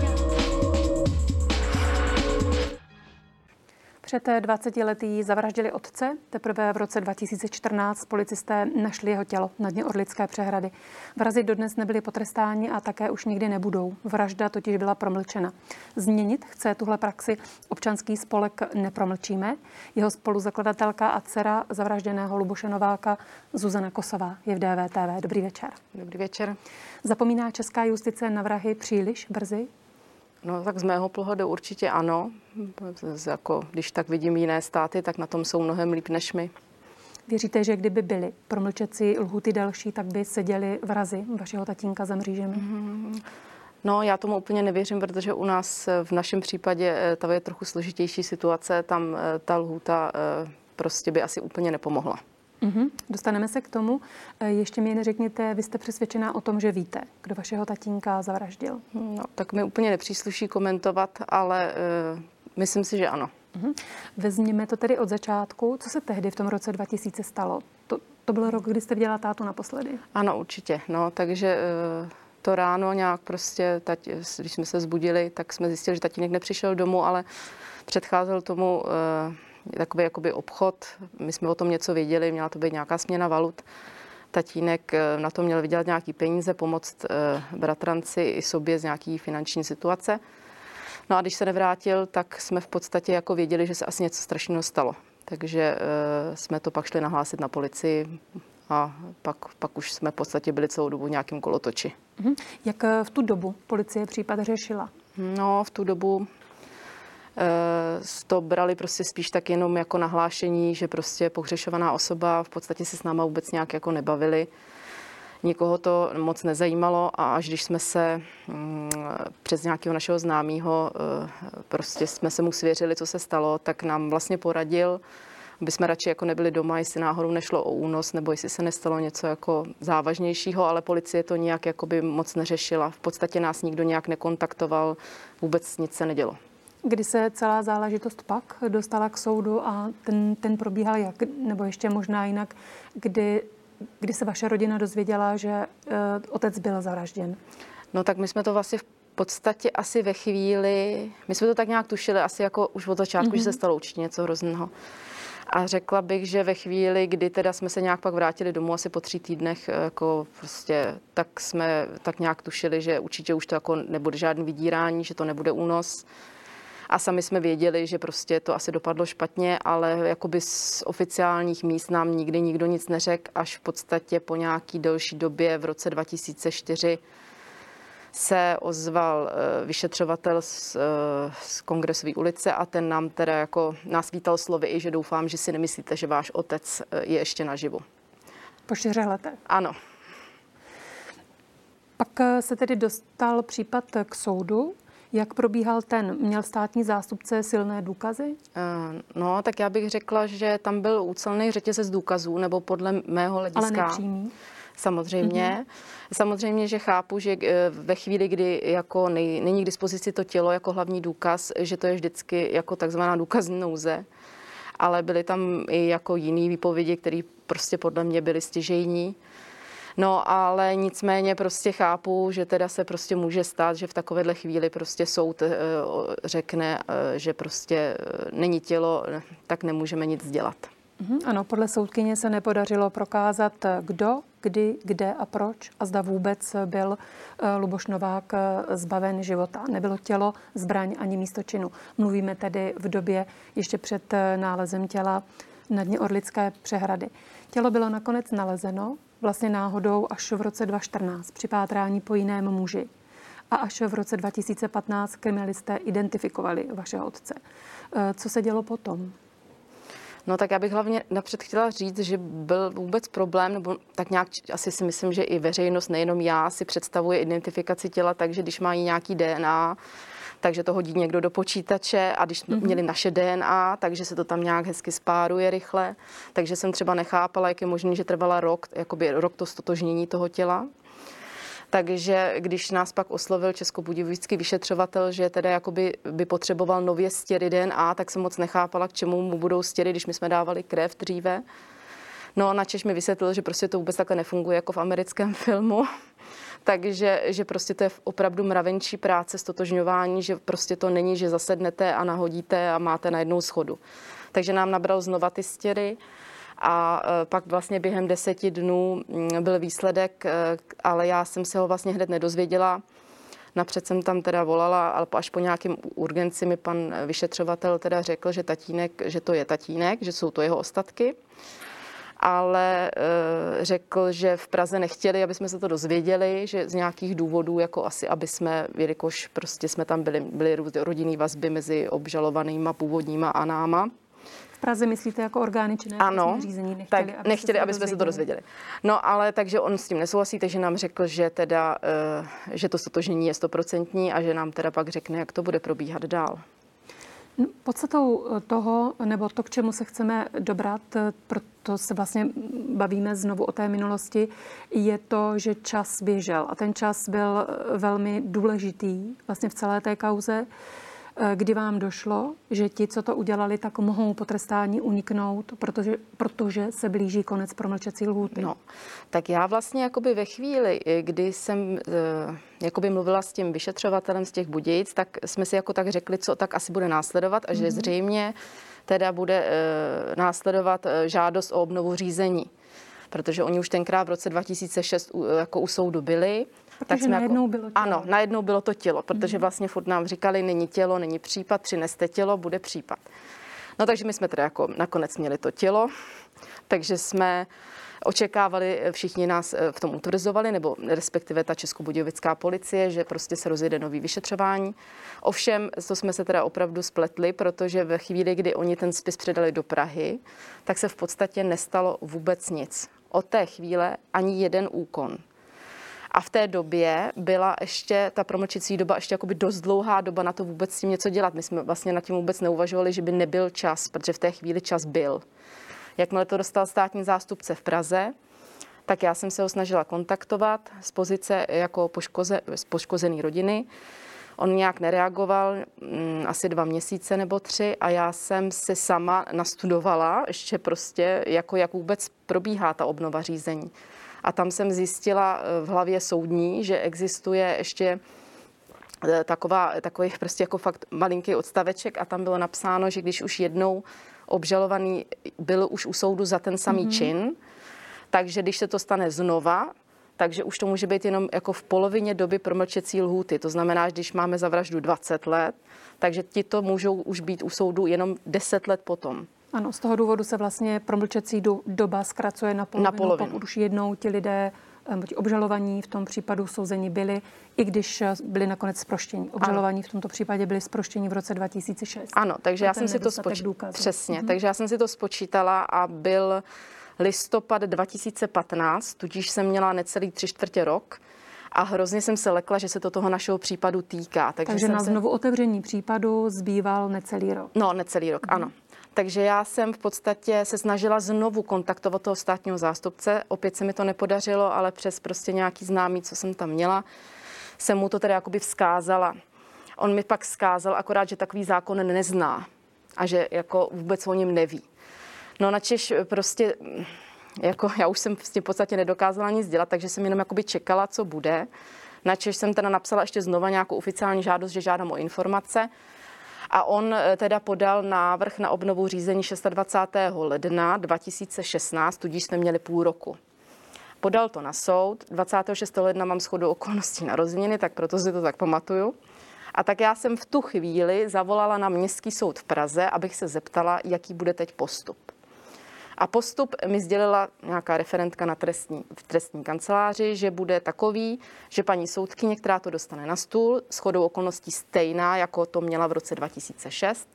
B: Před 20 lety zavraždili otce. Teprve v roce 2014 policisté našli jeho tělo na dně Orlické přehrady. Vrazi dodnes nebyli potrestáni a také už nikdy nebudou. Vražda totiž byla promlčena. Změnit chce tuhle praxi občanský spolek Nepromlčíme. Jeho spoluzakladatelka a dcera zavražděného Luboše Nováka Zuzana Kosová je v DVTV. Dobrý večer.
E: Dobrý večer.
B: Zapomíná česká justice na vrahy příliš brzy?
E: No tak z mého pohledu určitě ano. Jako, když tak vidím jiné státy, tak na tom jsou mnohem líp než my.
B: Věříte, že kdyby byly promlčecí lhůty delší, tak by seděli vrazi vašeho tatínka za mřížemi?
E: No, já tomu úplně nevěřím, protože u nás v našem případě ta je trochu složitější situace. Tam ta lhůta prostě by asi úplně nepomohla.
B: Dostaneme se k tomu. Ještě mi neřekněte, vy jste přesvědčená o tom, že víte, kdo vašeho tatínka zavraždil?
E: No, tak mi úplně nepřísluší komentovat, ale myslím si, že ano.
B: Vezměme to tedy od začátku. Co se tehdy v tom roce 2000 stalo? To byl rok, kdy jste viděla tátu naposledy?
E: Ano, určitě. No, takže to ráno nějak prostě, když jsme se zbudili, tak jsme zjistili, že tatínek nepřišel domů, ale předcházel tomu takový jakoby obchod. My jsme o tom něco věděli, měla to být nějaká směna valut. Tatínek na to měl vydělat nějaký peníze, pomoct bratranci i sobě z nějaký finanční situace. No a když se nevrátil, tak jsme v podstatě jako věděli, že se asi něco strašného stalo. Takže jsme to pak šli nahlásit na policii a pak už jsme v podstatě byli celou dobu v nějakém kolotoči.
B: Jak v tu dobu policie případ řešila?
E: No, v tu dobu to brali prostě spíš tak jenom jako nahlášení, že prostě pohřešovaná osoba, v podstatě se s náma vůbec nějak jako nebavili. Nikoho to moc nezajímalo a až když jsme se přes nějakého našeho známého, prostě jsme se mu svěřili, co se stalo, tak nám vlastně poradil, aby jsme radši jako nebyli doma, jestli náhodou nešlo o únos, nebo jestli se nestalo něco jako závažnějšího, ale policie to nějak jakoby moc neřešila. V podstatě nás nikdo nějak nekontaktoval, vůbec nic se nedělo.
B: Kdy se celá záležitost pak dostala k soudu a ten probíhal jak, nebo ještě možná jinak, kdy se vaše rodina dozvěděla, že otec byl zavražděn?
E: No tak my jsme to vlastně v podstatě asi ve chvíli, my jsme to tak nějak tušili asi jako už od začátku, že se stalo určitě něco hrozného. A řekla bych, že ve chvíli, kdy teda jsme se nějak pak vrátili domů, asi po 3 týdnech, jako prostě, tak jsme tak nějak tušili, že určitě už to jako nebude žádný vydírání, že to nebude únos. A sami jsme věděli, že prostě to asi dopadlo špatně, ale jakoby z oficiálních míst nám nikdy nikdo nic neřekl, až v podstatě po nějaký delší době v roce 2004 se ozval vyšetřovatel z Kongresové ulice a ten nám teda jako nás vítal slovy i, že doufám, že si nemyslíte, že váš otec je ještě naživu.
B: Po 4 letech?
E: Ano.
B: Pak se tedy dostal případ k soudu. Jak probíhal ten? Měl státní zástupce silné důkazy?
E: No, tak já bych řekla, že tam byl ucelený řetězec důkazů, nebo podle mého hlediska.
B: Ale nepřímý?
E: Samozřejmě. Samozřejmě, že chápu, že ve chvíli, kdy jako není k dispozici to tělo jako hlavní důkaz, že to je vždycky jako takzvaná důkazní nouze. Ale byly tam i jako jiný výpovědi, které prostě podle mě byly stěžejní. No, ale nicméně prostě chápu, že teda se prostě může stát, že v takovéhle chvíli prostě soud řekne, že prostě není tělo, tak nemůžeme nic dělat.
B: Ano, podle soudkyně se nepodařilo prokázat, kdo, kdy, kde a proč a zda vůbec byl Luboš Novák zbaven života. Nebylo tělo, zbraň ani místo činu. Mluvíme tedy v době ještě před nálezem těla na dně Orlické přehrady. Tělo bylo nakonec nalezeno vlastně náhodou až v roce 2014 při pátrání po jiném muži. A až v roce 2015 kriminalisté identifikovali vašeho otce. Co se dělo potom?
E: No tak já bych hlavně napřed chtěla říct, že byl vůbec problém, nebo tak nějak asi si myslím, že i veřejnost, nejenom já, si představuje identifikaci těla, takže když mají nějaký DNA, takže to hodí někdo do počítače a když měli naše DNA, takže se to tam nějak hezky spáruje rychle. Takže jsem třeba nechápala, jak je možné, že trvala rok to stotožnění toho těla. Takže když nás pak oslovil českobudějovický vyšetřovatel, že teda jakoby by potřeboval nově stěry DNA, tak jsem moc nechápala, k čemu mu budou stěry, když my jsme dávali krev dříve. No, načež mi vysvětlil, že prostě to vůbec takhle nefunguje jako v americkém filmu. Takže že prostě to je opravdu mravenčí práce, stotožňování, že prostě to není, že zasednete a nahodíte a máte najednou schodu. Takže nám nabral znova ty stěry a pak vlastně během 10 dnů byl výsledek, ale já jsem se ho vlastně hned nedozvěděla. Napřed jsem tam teda volala, ale až po nějakém urgenci mi pan vyšetřovatel teda řekl, že to je tatínek, že jsou to jeho ostatky. Ale řekl, že v Praze nechtěli, aby jsme se to dozvěděli, že z nějakých důvodů, jako asi, aby jsme, jelikož prostě jsme tam byly rodinné vazby mezi obžalovanýma původníma a náma.
B: V Praze myslíte jako orgány činné v řízení?
E: Nechtěli, aby jsme se to dozvěděli. No ale takže on s tím nesouhlasí, takže nám řekl, že teda, že to stotožnění je 100% a že nám teda pak řekne, jak to bude probíhat dál.
B: Podstatou toho, nebo to, k čemu se chceme dobrat, proto se vlastně bavíme znovu o té minulosti, je to, že čas běžel. A ten čas byl velmi důležitý vlastně v celé té kauze, kdy vám došlo, že ti, co to udělali, tak mohou potrestání uniknout, protože se blíží konec promlčecí lhůty. No,
E: tak já vlastně jakoby ve chvíli, kdy jsem jakoby mluvila s tím vyšetřovatelem z těch Budějic, tak jsme si jako tak řekli, co tak asi bude následovat a že zřejmě teda bude následovat žádost o obnovu řízení. Protože oni už tenkrát v roce 2006 jako u soudu byli.
B: Protože najednou bylo tělo.
E: Ano, najednou bylo to tělo, protože vlastně furt nám říkali, není tělo, není případ, přineste tělo, bude případ. No takže my jsme teda jako nakonec měli to tělo, takže jsme Očekávali, všichni nás v tom utvrzovali, nebo respektive ta českobudějovická policie, že prostě se rozjede nový vyšetřování. Ovšem, to jsme se teda opravdu spletli, protože ve chvíli, kdy oni ten spis předali do Prahy, tak se v podstatě nestalo vůbec nic. Od té chvíle ani jeden úkon. A v té době byla ještě ta promlčecí doba ještě jakoby dost dlouhá doba na to vůbec s tím něco dělat. My jsme vlastně nad tím vůbec neuvažovali, že by nebyl čas, protože v té chvíli čas byl. Jakmile to dostal státní zástupce v Praze, tak já jsem se ho snažila kontaktovat z pozice jako poškozený rodiny. On nějak nereagoval, asi 2 měsíce nebo 3, a já jsem si sama nastudovala ještě prostě, jak vůbec probíhá ta obnova řízení. A tam jsem zjistila v hlavě soudní, že existuje ještě takový prostě jako fakt malinký odstaveček a tam bylo napsáno, že když už jednou obžalovaný byl už u soudu za ten samý čin, takže když se to stane znova, takže už to může být jenom jako v polovině doby promlčecí lhůty. To znamená, že když máme za vraždu 20 let, takže ti to můžou už být u soudu jenom 10 let potom.
B: Ano, z toho důvodu se vlastně promlčecí doba zkracuje na polovinu. Pokud už jednou ti lidé, ti obžalovaní v tom případu souzení byli, i když byli nakonec zproštění. Obžalovaní v tomto případě byli zproštění v roce 2006.
E: Ano, takže já jsem si to spočítala. Přesně, takže já jsem si to spočítala a byl listopad 2015, tudíž jsem měla necelý 3/4 rok a hrozně jsem se lekla, že se to toho našeho případu týká.
B: Takže na znovu otevření případu zbýval necelý rok.
E: No, necelý rok, ano. Takže já jsem v podstatě se snažila znovu kontaktovat toho státního zástupce. Opět se mi to nepodařilo, ale přes prostě nějaký známý, co jsem tam měla, jsem mu to teda jakoby vzkázala. On mi pak vzkázal akorát, že takový zákon nezná a že jako vůbec o něm neví. No načež prostě, jako já už jsem v podstatě nedokázala nic dělat, takže jsem jenom jakoby čekala, co bude. Načež jsem teda napsala ještě znova nějakou oficiální žádost, že žádám o informace. A on teda podal návrh na obnovu řízení 26. ledna 2016, tudíž jsme měli půl roku. Podal to na soud, 26. ledna mám shodou okolností narozeniny, tak proto si to tak pamatuju. A tak já jsem v tu chvíli zavolala na Městský soud v Praze, abych se zeptala, jaký bude teď postup. A postup mi sdělila nějaká referentka v trestní kanceláři, že bude takový, že paní soudkyně, která to dostane na stůl, shodou okolností stejná, jako to měla v roce 2006,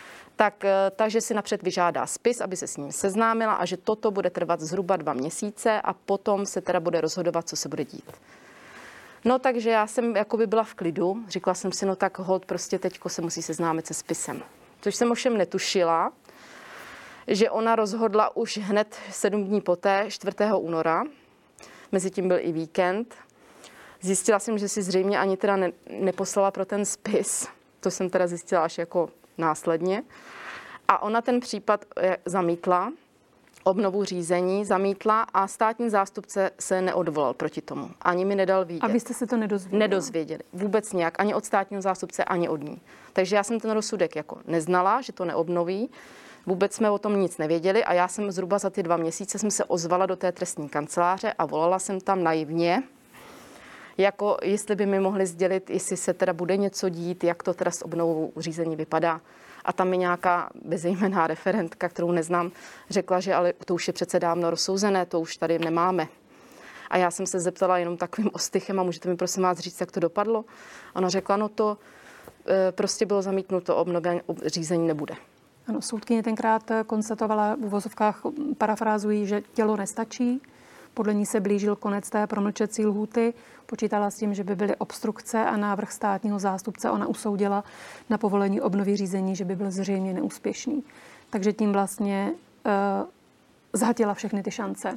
E: takže si napřed vyžádá spis, aby se s ním seznámila a že toto bude trvat zhruba 2 měsíce a potom se teda bude rozhodovat, co se bude dít. No takže já jsem jakoby byla v klidu, říkala jsem si, no tak holt prostě teďko se musí seznámit se spisem. Což jsem ovšem netušila, že ona rozhodla už hned 7 dní poté, 4. února. Mezitím byl i víkend. Zjistila jsem, že si zřejmě ani teda neposlala pro ten spis. To jsem teda zjistila až jako následně. A ona ten případ zamítla, obnovu řízení zamítla a státní zástupce se neodvolal proti tomu. Ani mi nedal vědět.
B: A vy jste se to nedozvěděli?
E: Nedozvěděli. Vůbec nějak. Ani od státního zástupce, ani od ní. Takže já jsem ten rozsudek jako neznala, že to neobnoví. Vůbec jsme o tom nic nevěděli a já jsem zhruba za ty 2 měsíce jsem se ozvala do té trestní kanceláře a volala jsem tam naivně, jako jestli by mi mohli sdělit, jestli se teda bude něco dít, jak to teda s obnovou řízení vypadá. A tam mi nějaká bezejmenná referentka, kterou neznám, řekla, že ale to už je přece dávno rozsouzené, to už tady nemáme. A já jsem se zeptala jenom takovým ostychem a můžete mi prosím vás říct, jak to dopadlo? Ona řekla, no to prostě bylo zamítnuto, obnovení řízení nebude.
B: Ano, soudkyně tenkrát konstatovala, v uvozovkách parafrázují, že tělo nestačí. Podle ní se blížil konec té promlčecí lhůty. Počítala s tím, že by byly obstrukce a návrh státního zástupce ona usoudila na povolení obnovy řízení, že by byl zřejmě neúspěšný. Takže tím vlastně zhatila všechny ty šance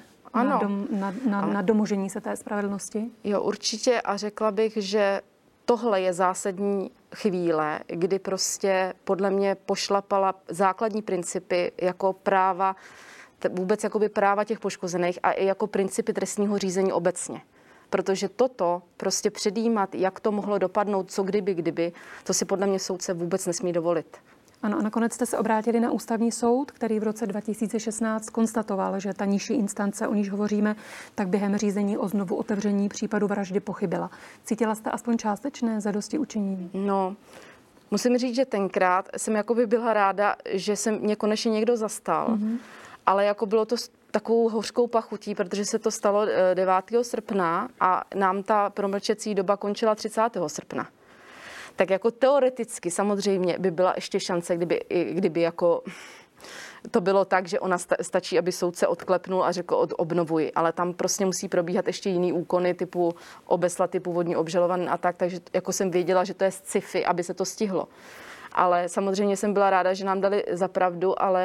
B: na domožení se té spravedlnosti.
E: Jo, určitě a řekla bych, že tohle je zásadní chvíle, kdy prostě podle mě pošlapala základní principy jako práva, vůbec jakoby práva těch poškozených a i jako principy trestního řízení obecně. Protože toto prostě předjímat, jak to mohlo dopadnout, co kdyby, to si podle mě soudce vůbec nesmí dovolit.
B: Ano, a nakonec jste se obrátili na ústavní soud, který v roce 2016 konstatoval, že ta nižší instance, o níž hovoříme, tak během řízení o znovu otevření případu vraždy pochybila. Cítila jste aspoň částečné zadostiučinění? No,
E: musím říct, že tenkrát jsem jakoby byla ráda, že mě konečně někdo zastal. Mm-hmm. Ale jako bylo to takovou hořkou pachutí, protože se to stalo 9. srpna a nám ta promlčecí doba končila 30. srpna. Tak jako teoreticky samozřejmě by byla ještě šance, kdyby jako to bylo tak, že ona stačí, aby soudce odklepnul a řekl obnovuji, ale tam prostě musí probíhat ještě jiný úkony typu obeslaty původní obžalovaný a tak, takže jako jsem věděla, že to je sci-fi, aby se to stihlo. Ale samozřejmě jsem byla ráda, že nám dali za pravdu, ale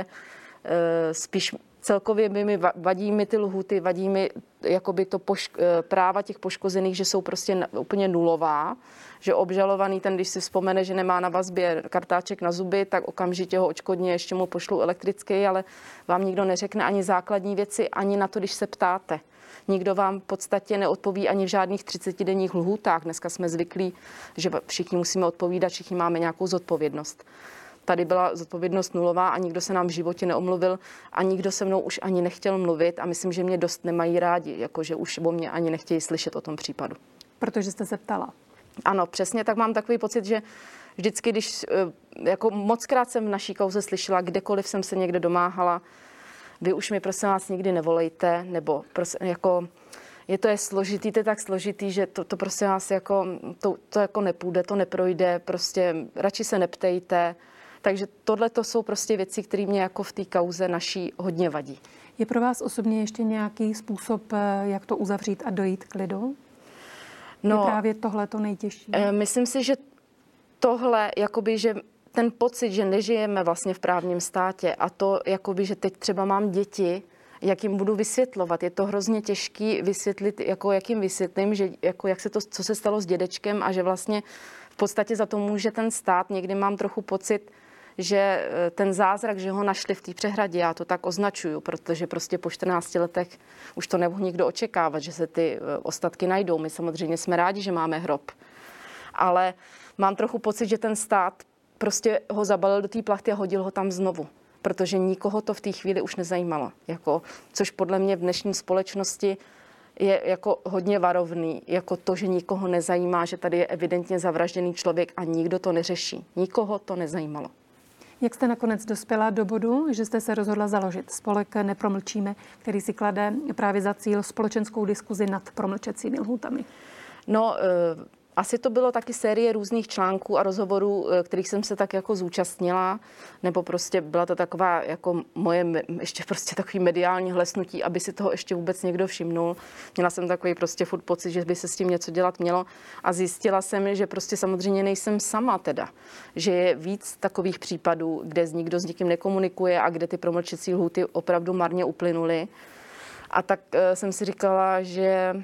E: spíš celkově vadí mi ty lhůty, vadí mi jakoby to práva těch poškozených, že jsou prostě úplně nulová, že obžalovaný ten, když si vzpomene, že nemá na vazbě kartáček na zuby, tak okamžitě ho odškodní, ještě mu pošlu elektrický, ale vám nikdo neřekne ani základní věci, ani na to, když se ptáte. Nikdo vám v podstatě neodpoví ani v žádných 30denních lhůtách. Dneska jsme zvyklí, že všichni musíme odpovídat, všichni máme nějakou zodpovědnost. Tady byla zodpovědnost nulová a nikdo se nám v životě neomluvil a nikdo se mnou už ani nechtěl mluvit a myslím, že mě dost nemají rádi, jakože už o mě ani nechtějí slyšet o tom případu.
B: Protože jste se ptala.
E: Ano, přesně, tak mám takový pocit, že vždycky, když jako mockrát jsem v naší kauze slyšela, kdekoliv jsem se někde domáhala, vy už mi prosím vás nikdy nevolejte, nebo jako to je složitý, to je tak složitý, že to prosím vás jako, to jako nepůjde, to neprojde, prostě radši se neptejte. Takže tohle to jsou prostě věci, které mě jako v té kauze naší hodně vadí.
B: Je pro vás osobně ještě nějaký způsob, jak to uzavřít a dojít k lidu?
E: No,
B: je právě tohle to nejtěžší?
E: Myslím si, že tohle, jakoby, že ten pocit, že nežijeme vlastně v právním státě a to, jakoby, že teď třeba mám děti, jak jim budu vysvětlovat. Je to hrozně těžký vysvětlit, jako jak jim vysvětlím, že jako jak se to, co se stalo s dědečkem a že vlastně v podstatě za to může ten stát. Někdy mám trochu pocit, že ten zázrak, že ho našli v té přehradě, já to tak označuju, protože prostě po 14 letech už to nemohl nikdo očekávat, že se ty ostatky najdou. My samozřejmě jsme rádi, že máme hrob. Ale mám trochu pocit, že ten stát prostě ho zabalil do té plachty a hodil ho tam znovu, protože nikoho to v té chvíli už nezajímalo. Což podle mě v dnešní společnosti je jako hodně varovný, jako to, že nikoho nezajímá, že tady je evidentně zavražděný člověk a nikdo to neřeší. Nikoho to nezajímalo.
B: Jak jste nakonec dospěla do bodu, že jste se rozhodla založit spolek Nepromlčíme, který si klade právě za cíl společenskou diskuzi nad promlčecími lhůtami?
E: No, asi to bylo taky série různých článků a rozhovorů, kterých jsem se tak jako zúčastnila, nebo prostě byla to taková jako moje ještě prostě takový mediální hlesnutí, aby si toho ještě vůbec někdo všimnul. Měla jsem takový prostě furt pocit, že by se s tím něco dělat mělo a zjistila jsem, že prostě samozřejmě nejsem sama teda, že je víc takových případů, kde nikdo s nikým nekomunikuje a kde ty promlčecí lhůty opravdu marně uplynuly. A tak jsem si říkala, že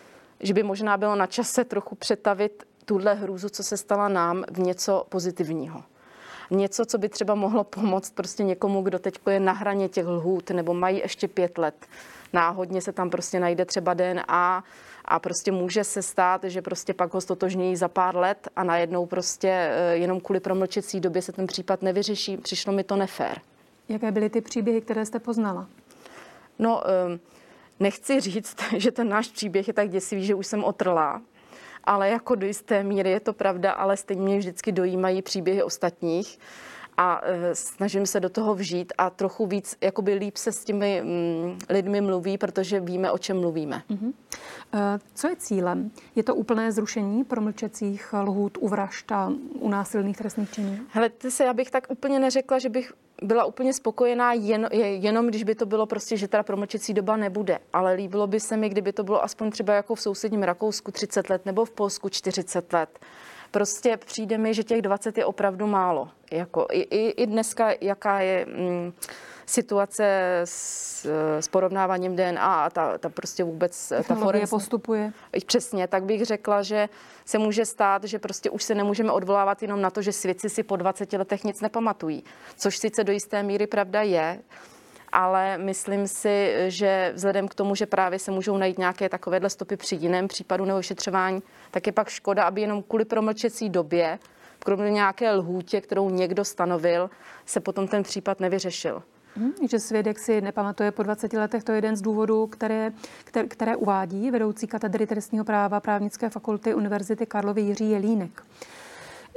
E: by možná bylo na čase trochu přetavit tuhle hrůzu, co se stala nám, v něco pozitivního. Něco, co by třeba mohlo pomoct prostě někomu, kdo teď je na hraně těch lhůt, nebo mají ještě 5 let. Náhodně se tam prostě najde třeba DNA a prostě může se stát, že prostě pak ho stotožnějí za pár let a najednou prostě jenom kvůli promlčecí době se ten případ nevyřeší. Přišlo mi to nefér.
B: Jaké byly ty příběhy, které jste poznala?
E: No, nechci říct, že ten náš příběh je tak děsivý, že už jsem otrlá, ale jako do jisté míry je to pravda, ale stejně mě vždycky dojímají příběhy ostatních a snažím se do toho vžít a trochu víc, jakoby líp se s těmi lidmi mluví, protože víme, o čem mluvíme.
B: Co je cílem? Je to úplné zrušení promlčecích lhůt u vražd a u násilných trestných činů?
E: Helejte se, já bych tak úplně neřekla, že bych byla úplně spokojená jenom když by to bylo prostě, že ta promlčecí doba nebude. Ale líbilo by se mi, kdyby to bylo aspoň třeba jako v sousedním Rakousku 30 let nebo v Polsku 40 let. Prostě přijde mi, že těch 20 je opravdu málo. Jako i dneska, jaká je situace s porovnáváním DNA a ta prostě vůbec ta forenzní
B: postupuje.
E: Přesně, tak bych řekla, že se může stát, že prostě už se nemůžeme odvolávat jenom na to, že svědci si po 20 letech nic nepamatují. Což sice do jisté míry pravda je, ale myslím si, že vzhledem k tomu, že právě se můžou najít nějaké takovéhle stopy při jiném případu nebo vyšetřování, tak je pak škoda, aby jenom kvůli promlčecí době, kromě nějaké lhůtě, kterou někdo stanovil, se potom ten případ nevyřešil.
B: Že svědek si nepamatuje po 20 letech, to je jeden z důvodů, které uvádí vedoucí katedry trestního práva Právnické fakulty Univerzity Karlovy Jiří Jelínek.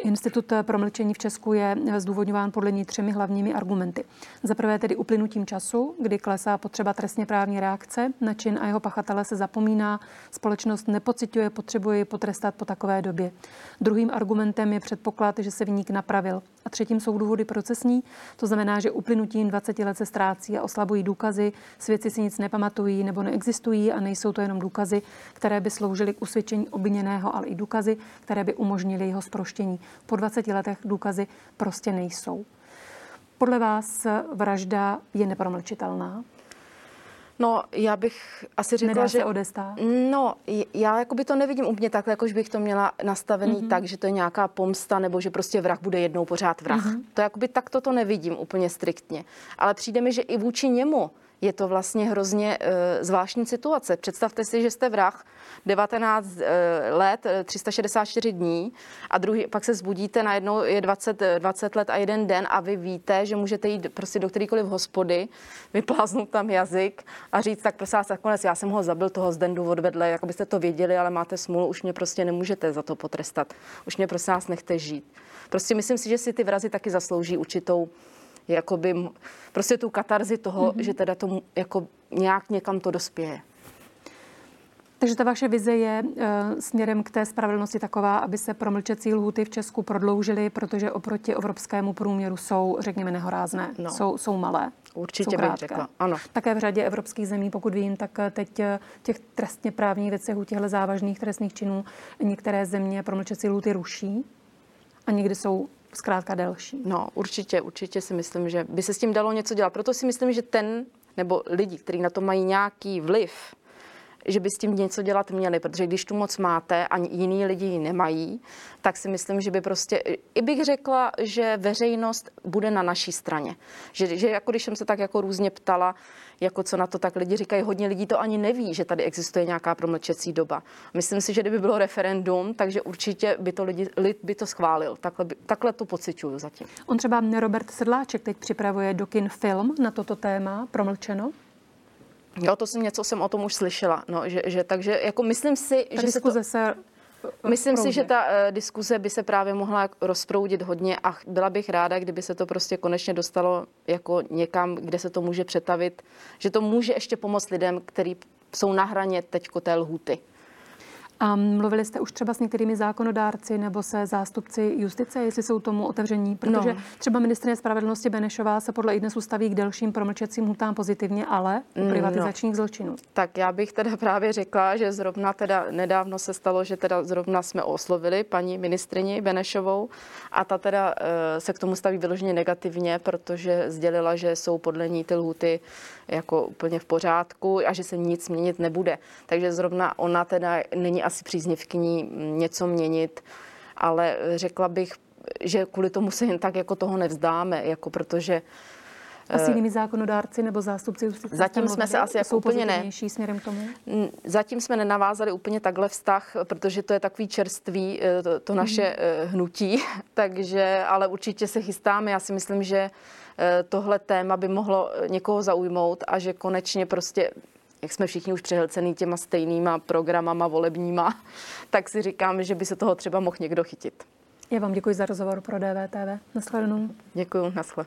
B: Institut promlčení v Česku je zdůvodňován podle ní 3 hlavními argumenty. Za prvé tedy uplynutím času, kdy klesá potřeba trestně právní reakce, na čin a jeho pachatele se zapomíná, společnost nepociťuje potřebu jej potrestat po takové době. Druhým argumentem je předpoklad, že se viník napravil. A třetím jsou důvody procesní, to znamená, že uplynutím 20 let se ztrácí a oslabují důkazy, svědci si nic nepamatují nebo neexistují a nejsou to jenom důkazy, které by sloužily k usvědčení obviněného, ale i důkazy, které by umožnily jeho zproštění. Po 20 letech důkazy prostě nejsou. Podle vás vražda je nepromlčitelná?
E: No, já bych asi řekla,
B: Nedá
E: že...
B: se odestát?
E: No, já jakoby to nevidím úplně takhle, jakož bych to měla nastavený tak, že to je nějaká pomsta, nebo že prostě vrah bude jednou pořád vrah. To jakoby takto to nevidím úplně striktně. Ale přijde mi, že i vůči němu je to vlastně hrozně zvláštní situace. Představte si, že jste vrah 19 let, 364 dní a pak se zbudíte, najednou je 20 let a 1 den a vy víte, že můžete jít prostě do kterýkoliv hospody, vypláznout tam jazyk a říct, tak prosím vás, nakonec já jsem ho zabil, toho Zdendu odvedle, jako byste to věděli, ale máte smůlu, už mě prostě nemůžete za to potrestat. Už mě prosím vás nechte žít. Prostě myslím si, že si ty vrazi taky zaslouží určitou jakoby prostě tu katarzi toho, že teda to jako nějak někam to dospěje.
B: Takže ta vaše vize je směrem k té spravedlnosti taková, aby se promlčecí lhůty v Česku prodloužily, protože oproti evropskému průměru jsou, řekněme, nehorázné. No. Jsou malé.
E: Určitě bych řekla, ano.
B: Také v řadě evropských zemí, pokud vím, tak teď těch trestně právních věcech u těchto závažných trestných činů některé země promlčecí lhůty ruší a někdy jsou zkrátka delší.
E: No, určitě si myslím, že by se s tím dalo něco dělat. Proto si myslím, že nebo lidi, kteří na to mají nějaký vliv, že by s tím něco dělat měli, protože když tu moc máte a jiní lidi ji nemají, tak si myslím, že by prostě, i bych řekla, že veřejnost bude na naší straně. Že jako když jsem se tak jako různě ptala, jako co na to, tak lidi říkají, hodně lidí to ani neví, že tady existuje nějaká promlčecí doba. Myslím si, že kdyby bylo referendum, takže určitě by to lid by to schválil. Takhle to pociťuju zatím.
B: On třeba Robert Sedláček teď připravuje do kin film na toto téma Promlčeno.
E: Jo, něco jsem o tom už slyšela. No, takže jako myslím si, že ta diskuze by se právě mohla rozproudit hodně a byla bych ráda, kdyby se to prostě konečně dostalo jako někam, kde se to může přetavit, že to může ještě pomoct lidem, kteří jsou na hraně teďko té lhůty.
B: A mluvili jste už třeba s některými zákonodárci nebo se zástupci justice, jestli jsou tomu otevření? Protože třeba ministryně spravedlnosti Benešová se podle iDNESu staví k delším promlčecím lhůtám pozitivně, ale u privatizačních zločinů.
E: Tak já bych teda právě řekla, že zrovna teda nedávno se stalo, že teda zrovna jsme oslovili paní ministryni Benešovou a ta teda se k tomu staví vyloženě negativně, protože sdělila, že jsou podle ní ty lhůty jako úplně v pořádku a že se nic měnit nebude. Takže zrovna ona teda není asi příznivkyní něco měnit, ale řekla bych, že kvůli tomu se jen tak jako toho nevzdáme, jako protože...
B: A s jinými zákonodárci nebo zástupci justice?
E: Zatím jsme se asi jako úplně ne.
B: Směrem k tomu?
E: Zatím jsme nenavázali úplně takhle vztah, protože to je takový čerstvý, to naše hnutí, takže, ale určitě se chystáme. Já si myslím, že tohle téma by mohlo někoho zaujmout a že konečně prostě, jak jsme všichni už přehlcený těma stejnýma programama volebníma, tak si říkám, že by se toho třeba mohl někdo chytit.
B: Já vám děkuji za rozhovor pro DVTV. Naschledanou.
E: Děkuji, naschle.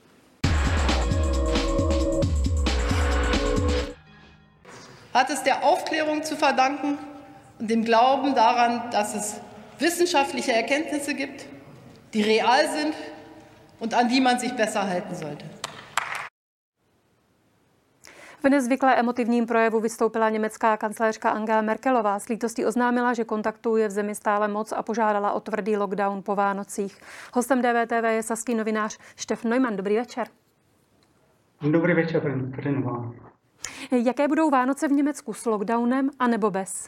F: Hat es der Aufklärung zu verdanken und dem Glauben daran, dass es wissenschaftliche Erkenntnisse gibt, die real sind und an die man sich besser halten sollte.
B: V nezvykle emotivním projevu vystoupila německá kancléřka Angela Merkelová. S lítostí oznámila, že kontaktů je v zemi stále moc a požádala o tvrdý lockdown po Vánocích. Hostem DVTV je saský novinář Štef Neumann. Dobrý večer.
G: Dobrý večer, paní Nová.
B: Jaké budou Vánoce v Německu, s lockdownem anebo bez?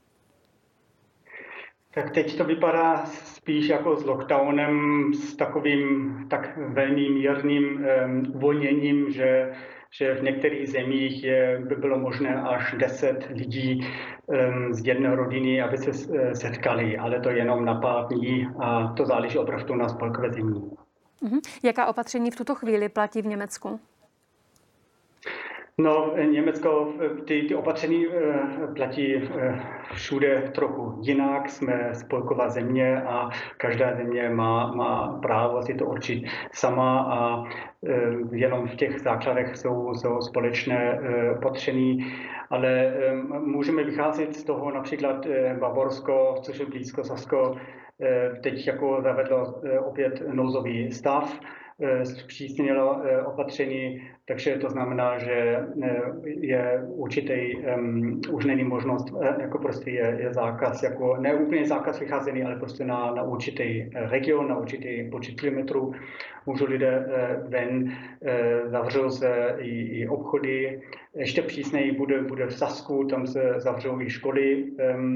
G: Tak teď to vypadá spíš jako s lockdownem, s takovým tak velmi mírným uvolněním, že v některých zemích by bylo možné až 10 lidí z jedné rodiny, aby se setkali, ale to jenom na pár dní a to záleží opravdu na spolkové země.
B: Jaká opatření v tuto chvíli platí v Německu?
G: No, Německo, ty opatření platí všude trochu jinak. Jsme spolková země a každá země má právo si to určit sama a jenom v těch základech jsou společné opatření, ale můžeme vycházet z toho například Bavorsko, což je blízko Sasko, teď jako zavedlo opět nouzový stav, zpřísnilo opatření, takže to znamená, že je určitý, už není možnost, jako prostě je zákaz, jako ne úplně zákaz vycházení, ale prostě na určitý region, na určitý počet kilometrů můžou lidé ven, zavřou se i obchody. Ještě přísněji bude v Sasku, tam se zavřou i školy,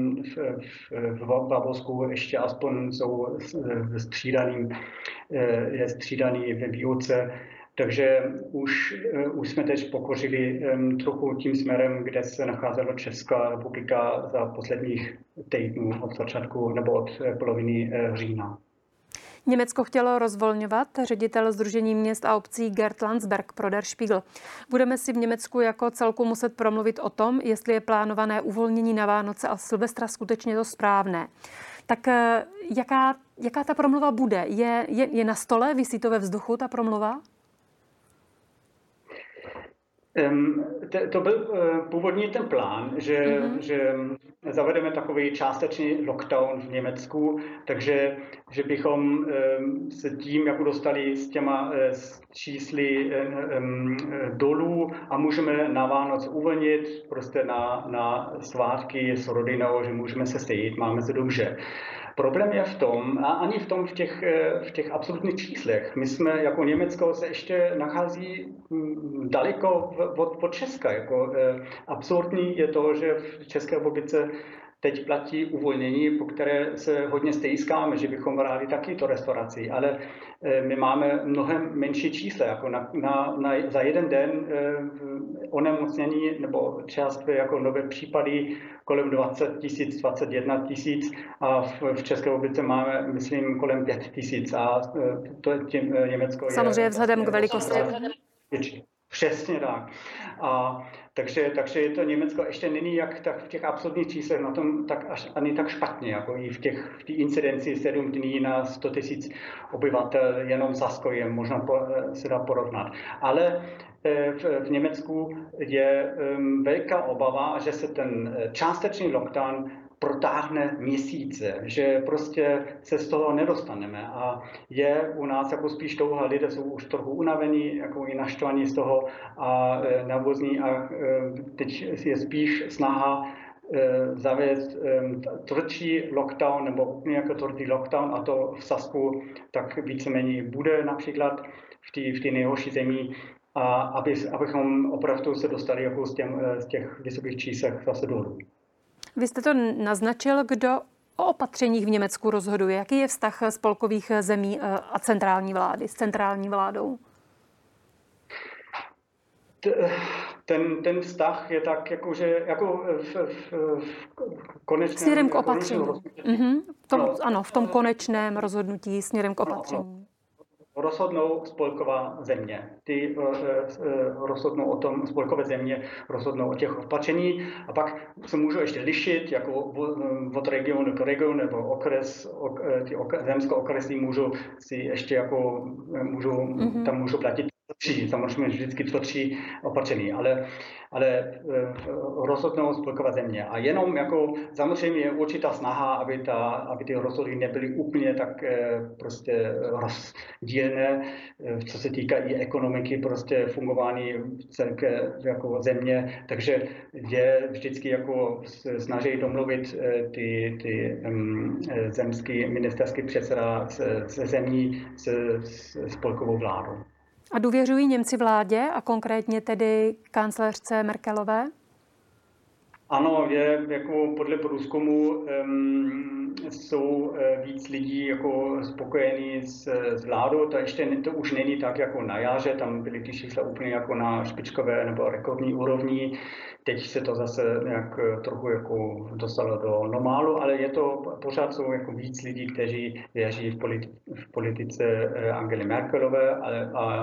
G: v Bavorsku ještě aspoň jsou střídaný ve výuce. Takže už jsme teď pokořili trochu tím směrem, kde se nacházela Česká republika za posledních týdnů od začátku nebo od poloviny října.
B: Německo chtělo rozvolňovat, ředitel Sdružení měst a obcí Gerd Landsberg pro Der Spiegel. Budeme si v Německu jako celku muset promluvit o tom, jestli je plánované uvolnění na Vánoce a Silvestra skutečně to správné. Tak jaká ta promluva bude? Je na stole? Visí to ve vzduchu, ta promluva?
G: To byl původní ten plán, že zavedeme takový částečný lockdown v Německu, takže že bychom se tím jako dostali s těma čísly dolů a můžeme na Vánoc uvolnit prostě na svátky s rodinou, že můžeme se sejít, máme se dobře. Problém je v tom, a ani v těch absolutních číslech. My jsme jako Německo se ještě nachází daleko od Česka. Jako, absurdní je to, že v České republice teď platí uvolnění, po které se hodně stejskáme, že bychom rádi taky to restauraci, ale my máme mnohem menší čísla, jako za jeden den onemocnění nebo částky jako nové případy kolem 20 000, 21 000 a v České republice máme, myslím, kolem 5 000 a to je tím Německo.
B: Samozřejmě vzhledem k velikosti.
G: Přesně tak. Takže je to Německo ještě není jak tak v těch absolutních číslech na tom ani tak špatně, jako i v té incidenci 7 dní na 100 000 obyvatel, jenom Sasko je možná se dá porovnat. Ale v Německu je velká obava, že se ten částečný lockdown protáhne měsíce, že prostě se z toho nedostaneme a je u nás jako spíš touha, lidé jsou už trochu unavení, jako i naštvaní z toho a nervózní a teď je spíš snaha zavést tvrdší lockdown nebo úplně jako tvrdý lockdown a to v Sasku tak víceméně bude například v té nejhorší zemí a abychom opravdu se dostali jako z těch vysokých číslech zase dolů.
B: Vy jste to naznačil, kdo o opatřeních v Německu rozhoduje. Jaký je vztah spolkových zemí a centrální vlády s centrální vládou?
G: Ten vztah je tak, jakože jako v konečném...
B: Směrem k opatření. V tom konečném rozhodnutí směrem k opatření.
G: Rozhodnou spolková země. Ty rozhodnou o tom, spolkové země rozhodnou o těch opatření a pak se můžou ještě lišit, jako od regionu k regionu nebo okres, ty zemsko-okresy můžou si ještě jako, tam můžou platit samozřejmě vždycky tvrdší opatření, ale rozhodnou spolková země. A jenom jako samozřejmě je určitá snaha, aby ty rozhodky nebyly úplně tak prostě rozdílné, co se týká i ekonomiky, prostě fungování celé jako země. Takže je vždycky jako snaží domluvit ty zemský ministerský předseda se zemí s spolkovou vládou.
B: A důvěřují Němci vládě a konkrétně tedy kancléřce Merkelové?
G: Ano, je jako podle průzkumu jsou víc lidí jako spokojení s vládou. To už není tak jako na jaře, tam byly ty čísla úplně jako na špičkové nebo rekordní úrovni. Teď se to zase nějak trochu jako dostalo do normálu, ale pořád jsou jako víc lidí, kteří věří v politice Angely Merkelové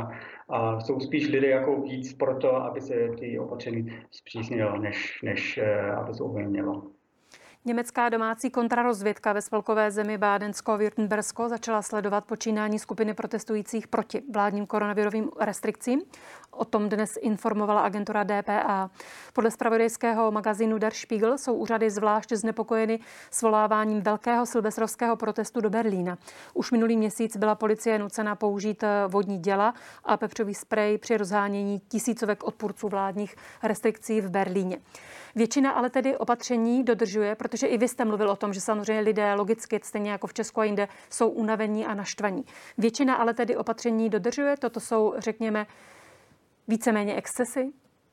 G: A jsou spíš lidé jako víc pro to, aby se ty opatření zpřísnilo, než aby se uvolnilo.
B: Německá domácí kontrarozvědka ve spolkové zemi Bádensko-Württembersko začala sledovat počínání skupiny protestujících proti vládním koronavirovým restrikcím. O tom dnes informovala agentura DPA. Podle zpravodajského magazínu Der Spiegel jsou úřady zvlášť znepokojeny svoláváním velkého silvestrovského protestu do Berlína. Už minulý měsíc byla policie nucena použít vodní děla a pepřový sprej při rozhánění tisícovek odpůrců vládních restrikcí v Berlíně. Většina ale tedy opatření dodržuje, protože i vy jste mluvil o tom, že samozřejmě lidé logicky, stejně jako v Česku a jinde, jsou unavení a naštvaní. Většina ale tedy opatření dodržuje, toto jsou, řekněme, víceméně excesy?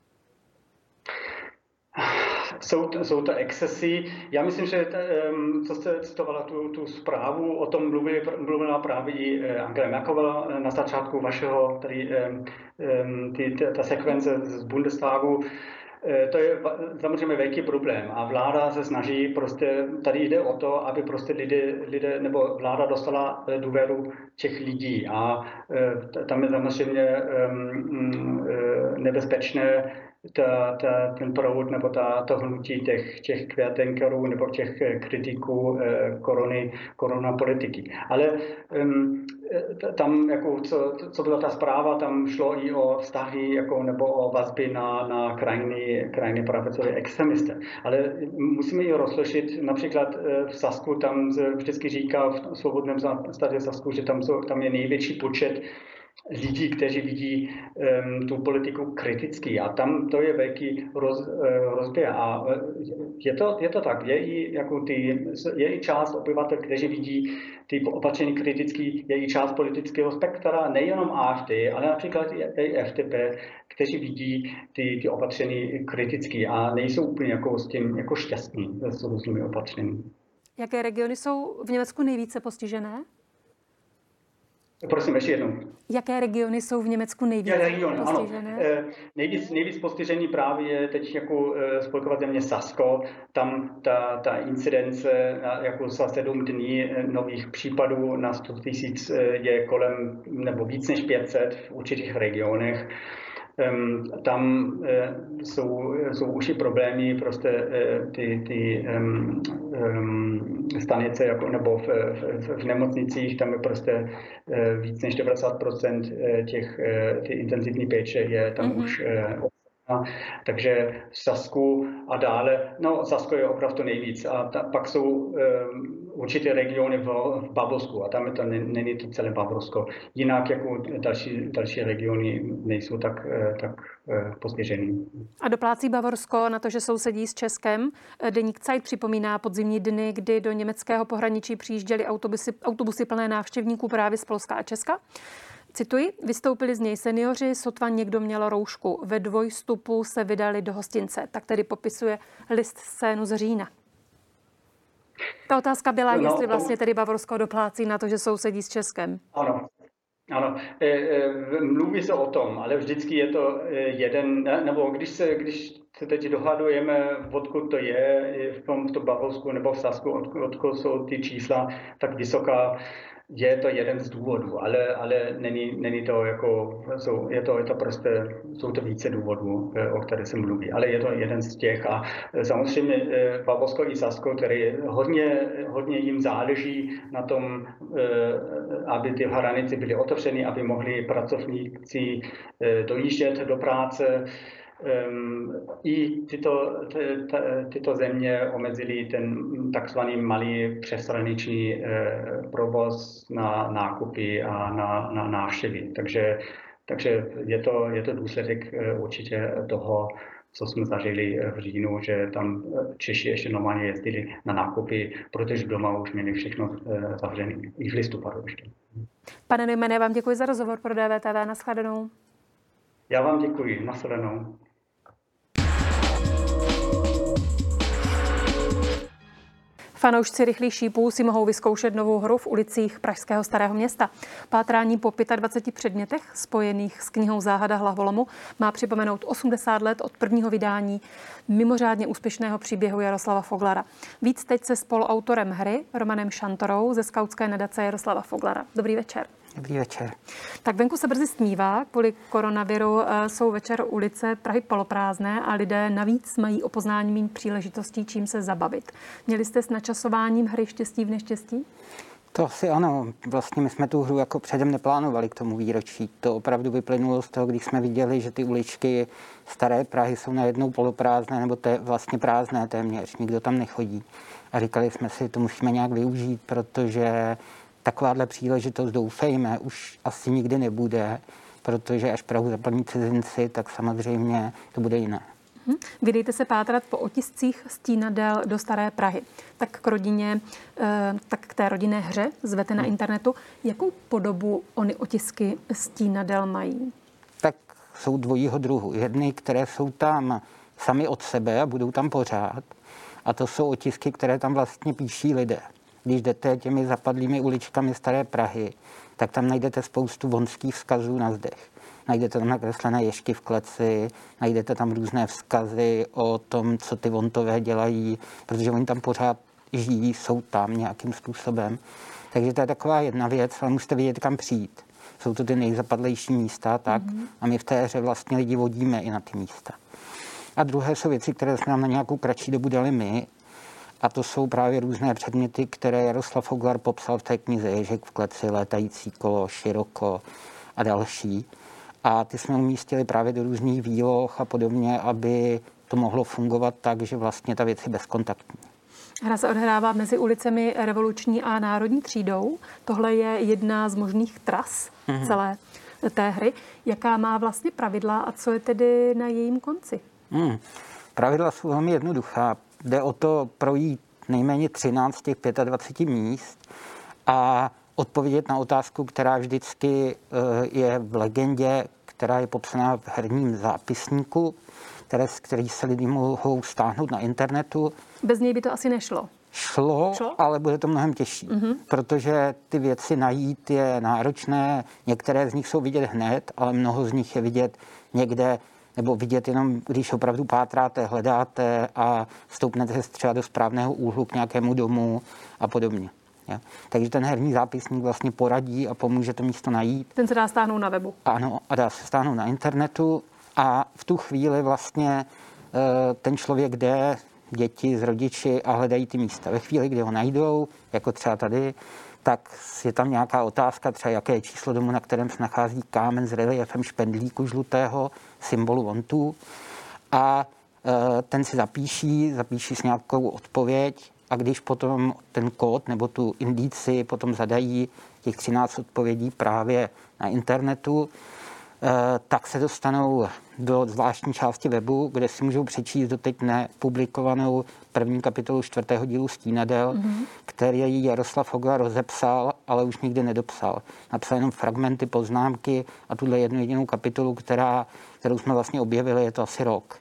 G: Jsou to excesy. Já myslím, že co jste citovala tu zprávu, o tom mluvila právě Angela Merkelová na začátku vašeho, ta sekvence z Bundestagu. To je samozřejmě velký problém a vláda se snaží prostě, tady jde o to, aby prostě lidé nebo vláda dostala důvěru těch lidí a tam je samozřejmě nebezpečné ten proud nebo to hnutí těch květenkerů nebo těch kritiků koronapolitiky. Ale tam, jako, co byla ta zpráva, tam šlo i o vztahy jako, nebo o vazby na krajní pravicové extremisty. Ale musíme i rozlišit, například v Sasku, tam vždycky říká v svobodném státě Sasku, že tam je největší počet lidí, kteří vidí tu politiku kriticky a tam to je velký rozběh a je to tak, je i část obyvatel, kteří vidí ty opatření kriticky, je i část politického spektra, nejenom AfD, ale například i FDP, kteří vidí ty opatření kriticky a nejsou úplně jako s tím jako šťastní s různými opatřeními.
B: Jaké regiony jsou v Německu nejvíce postižené?
G: Prosím, ještě jednou.
B: Jaké regiony jsou v Německu nejvíce postižené?
G: Ano. Nejvíc postižený právě teď jako spolková země Sasko. Tam ta incidence jako za 7 dní nových případů na 100 000 je kolem nebo víc než 500 v určitých regionech. Tam jsou už problémy, prostě ty stanice jako, nebo v nemocnicích, tam je prostě víc než 90% ty intenzivní péče je tam už takže v Sasku a dále, Sasko je opravdu nejvíc a pak jsou určité regiony v Bavorsku a tam není to celé Bavorsko. Jinak jako další regiony nejsou tak postižený.
B: A doplácí Bavorsko na to, že sousedí s Českem. Deník Zeit připomíná podzimní dny, kdy do německého pohraničí přijížděly autobusy plné návštěvníků právě z Polska a Česka. Cituji, vystoupili z něj seniori, sotva někdo měl roušku. Ve dvojstupu se vydali do hostince. Tak tedy popisuje list scénu z října. Ta otázka byla, jestli vlastně tedy Bavorsko doplácí na to, že sousedí s Českem.
G: Ano, mluví se o tom, ale vždycky je to jeden, nebo když se teď dohadujeme, odkud to je v tom Bavorsku nebo v Sasku, odkud jsou ty čísla tak vysoká, je to jeden z důvodů, ale není to jako, jsou to více důvodů, o které se mluví, ale je to jeden z těch a samozřejmě Bavorsko i Sasko, které hodně jim záleží na tom, aby ty hranice byly otevřeny, aby mohli pracovníci dojíždět do práce. I tyto země omezily ten takzvaný malý přeshraniční provoz na nákupy a na návštěvy. Takže je to důsledek určitě toho, co jsme zažili v říjnu, že tam Češi ještě normálně jezdili na nákupy, protože doma už měli všechno zavřené. I v listopadu ještě.
B: Pane Neumanne, vám děkuji za rozhovor pro DVTV. Nashledanou.
G: Já vám děkuji. Nashledanou.
B: Fanoušci rychlých šípů si mohou vyzkoušet novou hru v ulicích pražského Starého Města. Pátrání po 25 předmětech spojených s knihou Záhada hlavolomu má připomenout 80 let od prvního vydání mimořádně úspěšného příběhu Jaroslava Foglara. Víc teď se spoluautorem hry, Romanem Šantorou ze skautské nadace Jaroslava Foglara. Dobrý večer.
H: Dobrý večer.
B: Tak venku se brzy stmívá, kvůli koronaviru jsou večer ulice Prahy poloprázdné a lidé navíc mají o poznání méně příležitostí, čím se zabavit. Měli jste s načasováním hry Štěstí v neštěstí?
H: To asi ano. Vlastně my jsme tu hru jako předem neplánovali k tomu výročí. To opravdu vyplynulo z toho, když jsme viděli, že ty uličky staré Prahy jsou najednou poloprázdné, nebo vlastně prázdné téměř. Nikdo tam nechodí. A říkali jsme si, to musíme nějak využít, protože takováhle příležitost, doufejme, už asi nikdy nebude, protože až Prahu zaplní cizinci, tak samozřejmě to bude jiné.
B: Vydejte se pátrat po otiscích stínadel do staré Prahy. Tak k rodině, tak k té rodinné hře zvete na internetu. Jakou podobu ony otisky stínadel mají?
H: Tak jsou dvojího druhu. Jedny, které jsou tam sami od sebe a budou tam pořád. A to jsou otisky, které tam vlastně píší lidé. Když jdete těmi zapadlými uličkami staré Prahy, tak tam najdete spoustu vonských vzkazů na zdech. Najdete tam nakreslené ježky v kleci, najdete tam různé vzkazy o tom, co ty vontové dělají, protože oni tam pořád žijí, jsou tam nějakým způsobem. Takže to je taková jedna věc, ale musíte vědět, kam přijít. Jsou to ty nejzapadlejší místa, tak? A my v té hře vlastně lidi vodíme i na ty místa. A druhé jsou věci, které jsme nám na nějakou kratší dobu dali my, a to jsou právě různé předměty, které Jaroslav Foglar popsal v té knize Ježek v kleci, Létající kolo, Široko a další. A ty jsme umístili právě do různých výloh a podobně, aby to mohlo fungovat tak, že vlastně ta věc je bezkontaktní.
B: Hra se odhrává mezi ulicemi Revoluční a Národní třídou. Tohle je jedna z možných tras celé té hry. Jaká má vlastně pravidla a co je tedy na jejím konci?
H: Pravidla jsou velmi jednoduchá. Jde o to projít nejméně 13 z těch 25 míst a odpovědět na otázku, která vždycky je v legendě, která je popsaná v herním zápisníku, který se lidi mohou stáhnout na internetu.
B: Bez něj by to asi nešlo.
H: Šlo, ale bude to mnohem těžší, protože ty věci najít je náročné. Některé z nich jsou vidět hned, ale mnoho z nich je vidět někde, nebo vidět jenom, když opravdu pátráte, hledáte a vstoupnete třeba do správného úhlu k nějakému domu a podobně. Ja. Takže ten herní zápisník vlastně poradí a pomůže to místo najít.
B: Ten se dá stáhnout na webu.
H: Ano, a dá se stáhnout na internetu a v tu chvíli vlastně ten člověk jde, děti s rodiči a hledají ty místa. Ve chvíli, kdy ho najdou, jako třeba tady, tak je tam nějaká otázka, třeba jaké je číslo domu, na kterém se nachází kámen s reliefem špendlíku žlutého, symbolu vontů. A ten si zapíší s nějakou odpověď a když potom ten kód nebo tu indici potom zadají těch 13 odpovědí právě na internetu, tak se dostanou do zvláštní části webu, kde si můžou přečíst doteď nepublikovanou první kapitolu 4. dílu Stínadel, který Jaroslav Foglar rozepsal, ale už nikdy nedopsal. Napsal jenom fragmenty, poznámky a tuhle jednu jedinou kapitolu, kterou jsme vlastně objevili, je to asi rok,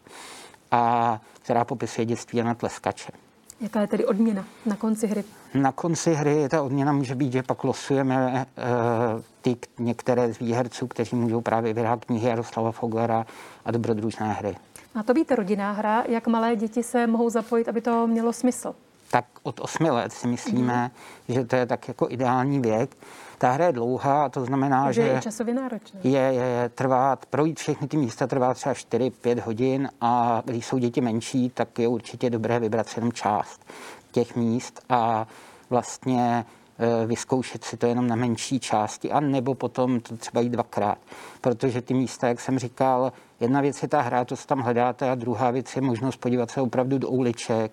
H: a která popisuje dětství Jana Tleskače.
B: Jaká je tedy odměna na konci hry?
H: Na konci hry ta odměna může být, že pak losujeme některé z výherců, kteří můžou právě vyhrát knihy Jaroslava Foglara a dobrodružné hry.
B: Má to být rodinná hra? Jak malé děti se mohou zapojit, aby to mělo smysl?
H: Tak od 8 let si myslíme, že to je tak jako ideální věk. Ta hra je dlouhá a to znamená, že
B: je časově náročná.
H: Projít všechny ty místa trvá třeba 4-5 hodin a když jsou děti menší, tak je určitě dobré vybrat si jenom část těch míst a vlastně vyzkoušet si to jenom na menší části a nebo potom to třeba jít dvakrát. Protože ty místa, jak jsem říkal, jedna věc je ta hra, to, co tam hledáte, a druhá věc je možnost podívat se opravdu do uliček,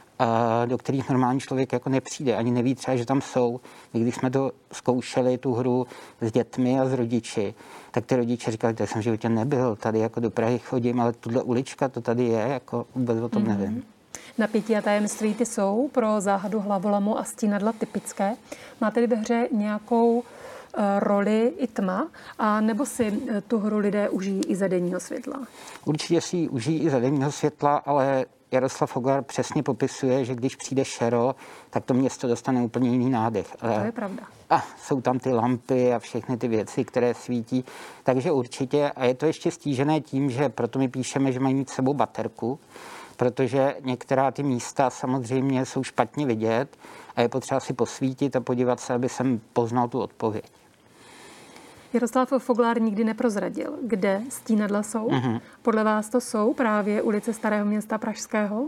H: do kterých normální člověk jako nepřijde, ani neví třeba, že tam jsou. Když jsme to zkoušeli, tu hru s dětmi a s rodiči, tak ty rodiče říkali, že jsem v životě nebyl, tady jako do Prahy chodím, ale tuhle ulička, to tady je, jako vůbec o tom nevím.
B: Napětí a tajemství ty jsou pro záhadu hlavolamu a stínadla typické. Má tedy ve hře nějakou roli i tma, a nebo si tu hru lidé užijí i za denního světla?
H: Určitě si ji užijí i za denního světla, ale Jaroslav Foglar přesně popisuje, že když přijde šero, tak to město dostane úplně jiný nádech.
B: To je pravda.
H: A jsou tam ty lampy a všechny ty věci, které svítí. Takže určitě, a je to ještě stížené tím, že proto my píšeme, že mají mít s sebou baterku, protože některá ty místa samozřejmě jsou špatně vidět a je potřeba si posvítit a podívat se, aby jsem poznal tu odpověď.
B: Jaroslav Foglar nikdy neprozradil, kde stínadla jsou. Podle vás to jsou právě ulice Starého Města pražského?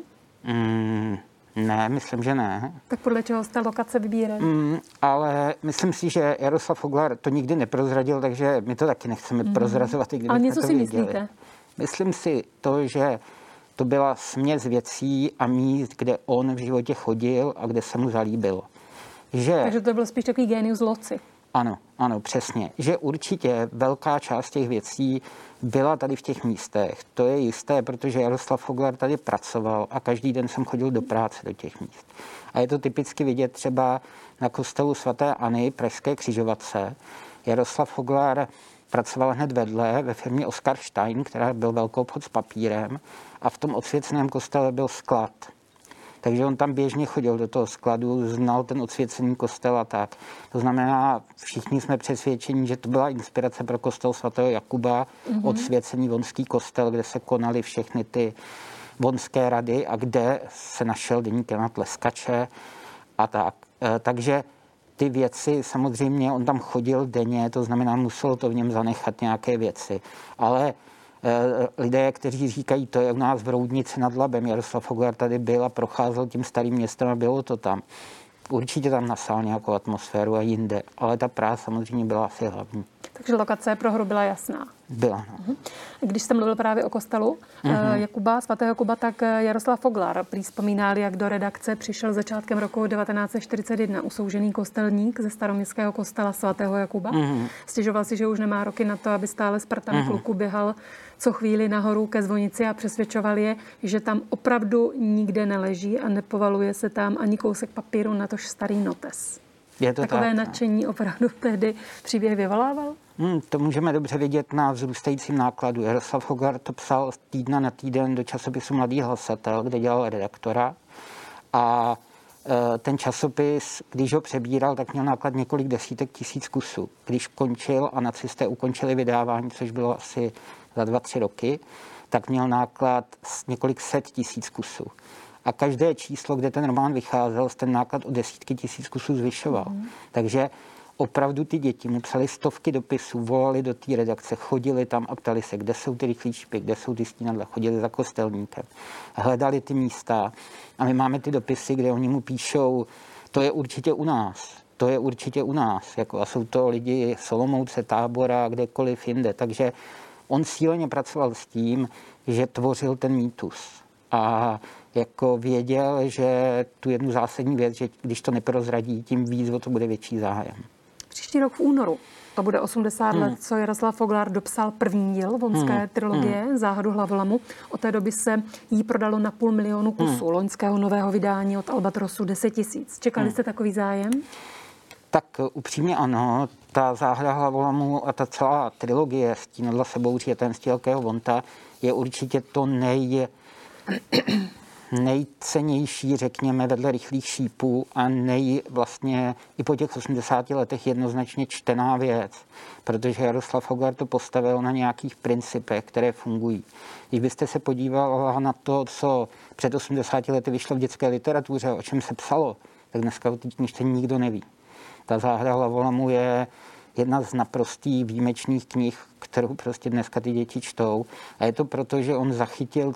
H: Ne, myslím, že ne.
B: Tak podle čeho jste lokace vybírali?
H: Ale myslím si, že Jaroslav Foglar to nikdy neprozradil, takže my to taky nechceme prozrazovat.
B: Ale něco si myslíte?
H: Myslím si to, že to byla směs věcí a míst, kde on v životě chodil a kde se mu zalíbilo.
B: Takže to byl spíš takový génius loci.
H: Ano, přesně. Že určitě velká část těch věcí byla tady v těch místech. To je jisté, protože Jaroslav Foglar tady pracoval a každý den jsem chodil do práce do těch míst. A je to typicky vidět třeba na kostelu svaté Anny, pražské Křižovatce. Jaroslav Foglar pracoval hned vedle ve firmě Oskar Stein, která byl velkoobchod s papírem, a v tom odsvěceném kostele byl sklad. Takže on tam běžně chodil do toho skladu, znal ten odsvěcený kostel a tak. To znamená, všichni jsme přesvědčeni, že to byla inspirace pro kostel svatého Jakuba, odsvěcený vonský kostel, kde se konaly všechny ty vonské rady a kde se našel deník Jana Tleskače a tak. Takže ty věci, samozřejmě on tam chodil denně, to znamená, muselo to v něm zanechat nějaké věci. Ale lidé, kteří říkají, to je u nás v Roudnici nad Labem, Jaroslav Foglar tady byl a procházel tím Starým Městem a bylo to tam. Určitě tam nasál nějakou atmosféru a jinde, ale ta Praha samozřejmě byla asi hlavní.
B: Takže lokace pro hru byla jasná.
H: Byla, no.
B: Když jste mluvil právě o kostelu Jakuba, svatého Jakuba, tak Jaroslav Foglar prý vzpomínal, jak do redakce přišel začátkem roku 1941 usoužený kostelník ze staroměstského kostela svatého Jakuba. Stěžoval si, že už nemá roky na to, aby stále Spartan kluku běhal co chvíli nahoru ke zvonici a přesvědčoval je, že tam opravdu nikde neleží a nepovaluje se tam ani kousek papíru, natož starý notes.
H: Je to
B: takové
H: tak,
B: nadšení opravdu tehdy příběh vyvolával?
H: To můžeme dobře vidět na vzrůstajícím nákladu. Jaroslav Foglar to psal z týdna na týden do časopisu Mladý hlasatel, kde dělal redaktora. A ten časopis, když ho přebíral, tak měl náklad několik desítek tisíc kusů. Když končil a nacisté ukončili vydávání, což bylo asi za 2-3 roky, tak měl náklad několik set tisíc kusů. A každé číslo, kde ten román vycházel, ten náklad o desítky tisíc kusů zvyšoval. Takže opravdu ty děti mu psali stovky dopisů, volali do té redakce, chodili tam a ptali se, kde jsou ty rychlý šipy, kde jsou ty stínadla, chodili za kostelníkem, hledali ty místa a my máme ty dopisy, kde oni mu píšou, to je určitě u nás, to je určitě u nás, jako, a jsou to lidi z Olomouce, Tábora, kdekoliv jinde, takže on cíleně pracoval s tím, že tvořil ten mýtus a jako věděl, že tu jednu zásadní věc, že když to neprozradí, tím víc o to bude větší zájem.
B: Příští rok v únoru, to bude 80 let, co Jaroslav Foglar dopsal první díl vonské trilogie Záhadu hlavolamu. Od té doby se jí prodalo na 500 000 kusů. Loňského nového vydání od Albatrosu 10 000. Čekali jste takový zájem?
H: Tak upřímně ano, ta Záhada hlavolamu a ta celá trilogie Stínadla se bouří a Tajemství velkého vonta je určitě to nejcennější, řekněme, vedle Rychlých šípů a vlastně i po těch 80 letech jednoznačně čtená věc, protože Jaroslav Foglar to postavil na nějakých principech, které fungují. Když byste se podívala na to, co před 80 lety vyšlo v dětské literatuře, o čem se psalo, tak dneska o té knižce nikdo neví. Ta Záhada hlavolamu je jedna z naprostých výjimečných knih, kterou prostě dneska ty děti čtou. A je to proto, že on zachytil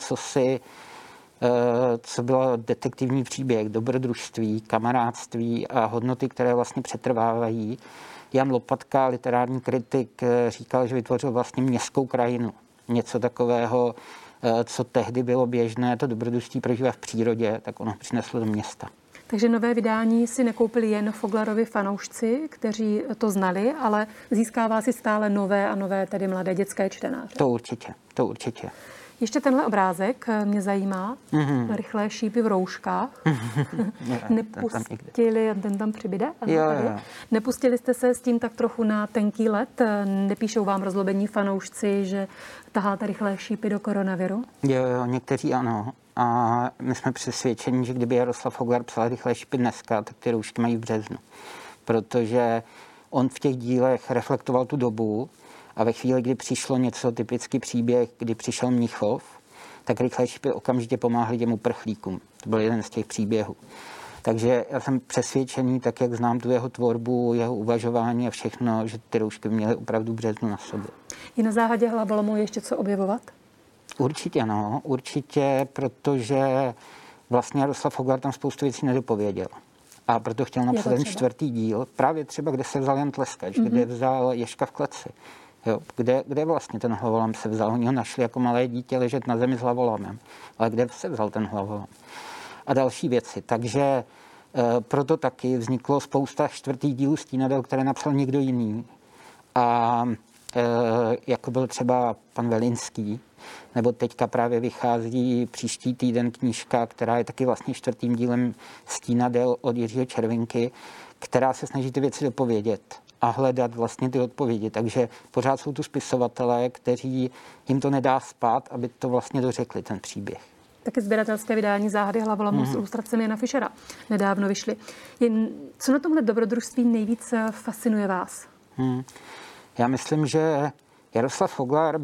H: co bylo detektivní příběh, dobrodružství, kamarádství a hodnoty, které vlastně přetrvávají. Jan Lopatka, literární kritik, říkal, že vytvořil vlastně městskou krajinu. Něco takového, co tehdy bylo běžné, to dobrodružství prožívá v přírodě, tak ono přineslo do města.
B: Takže nové vydání si nekoupili jen Foglarovi fanoušci, kteří to znali, ale získává si stále nové a nové, tedy mladé dětské čtenáře.
H: To určitě.
B: Ještě tenhle obrázek mě zajímá. Rychlé šípy v rouškách. Nepustili, ten tam přibyde.
H: Jo.
B: Nepustili jste se s tím tak trochu na tenký led? Nepíšou vám rozlobení fanoušci, že taháte rychlé šípy do koronaviru?
H: Jo, někteří ano. A my jsme přesvědčeni, že kdyby Jaroslav Foglar psal Rychlé šípy dneska, tak ty roušky mají v březnu. Protože on v těch dílech reflektoval tu dobu a ve chvíli, kdy přišlo něco, typický příběh, kdy přišel Mnichov, tak Rychlé šípy okamžitě pomáhly těm uprchlíkům. To byl jeden z těch příběhů. Takže já jsem přesvědčený, tak jak znám tu jeho tvorbu, jeho uvažování a všechno, že ty roušky měly opravdu březnu na sobě.
B: Je na záhadě Hlavolomu ještě co objevovat?
H: Určitě no, určitě, protože vlastně Jaroslav Foglar tam spoustu věcí nedopověděl. A proto chtěl napsat ten 4. díl, právě třeba, kde se vzal Jan Tleskač, kde vzal Ježka v kleci. Jo, kde vlastně ten hlavolam se vzal? Oni ho našli jako malé dítě ležet na zemi s hlavolamem. Ale kde se vzal ten hlavolam? A další věci. Takže proto taky vzniklo spousta 4. dílů Stínadel, které napsal někdo jiný. A jako byl třeba pan Velinský, nebo teďka právě vychází příští týden knížka, která je taky vlastně 4. dílem Stínadel od Jiřího Červinky, která se snaží ty věci dopovědět a hledat vlastně ty odpovědi. Takže pořád jsou tu spisovatelé, kteří jim to nedá spát, aby to vlastně dořekli, ten příběh.
B: Taky sběratelské vydání Záhady Hlavolamu s ilustracemi Jana Fischera nedávno vyšly. Co na tomhle dobrodružství nejvíc fascinuje vás?
H: Já myslím, že Jaroslav Foglar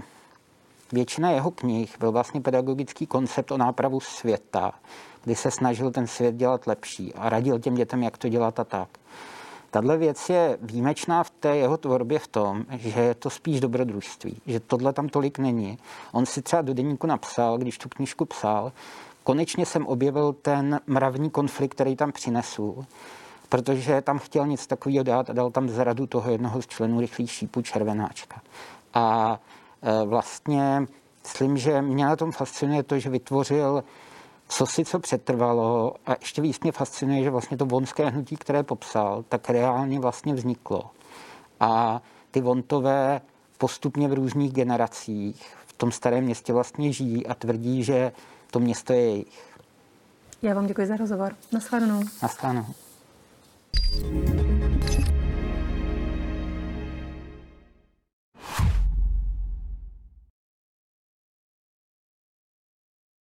H: většina jeho knih byl vlastně pedagogický koncept o nápravu světa, kdy se snažil ten svět dělat lepší a radil těm dětem, jak to dělat a tak. Tahle věc je výjimečná v té jeho tvorbě v tom, že je to spíš dobrodružství, že tohle tam tolik není. On si třeba do deníku napsal, když tu knížku psal, konečně jsem objevil ten mravní konflikt, který tam přinesu, protože tam chtěl nic takového dát a dal tam zradu toho jednoho z členů Rychlých šípů Červenáčka. A vlastně myslím, že mě na tom fascinuje to, že vytvořil co přetrvalo a ještě víc mě fascinuje, že vlastně to vonské hnutí, které popsal, tak reálně vlastně vzniklo. A ty vontové postupně v různých generacích v tom starém městě vlastně žijí a tvrdí, že to město je jejich.
B: Já vám děkuji za rozhovor. Naschledanou.
H: Naschledanou.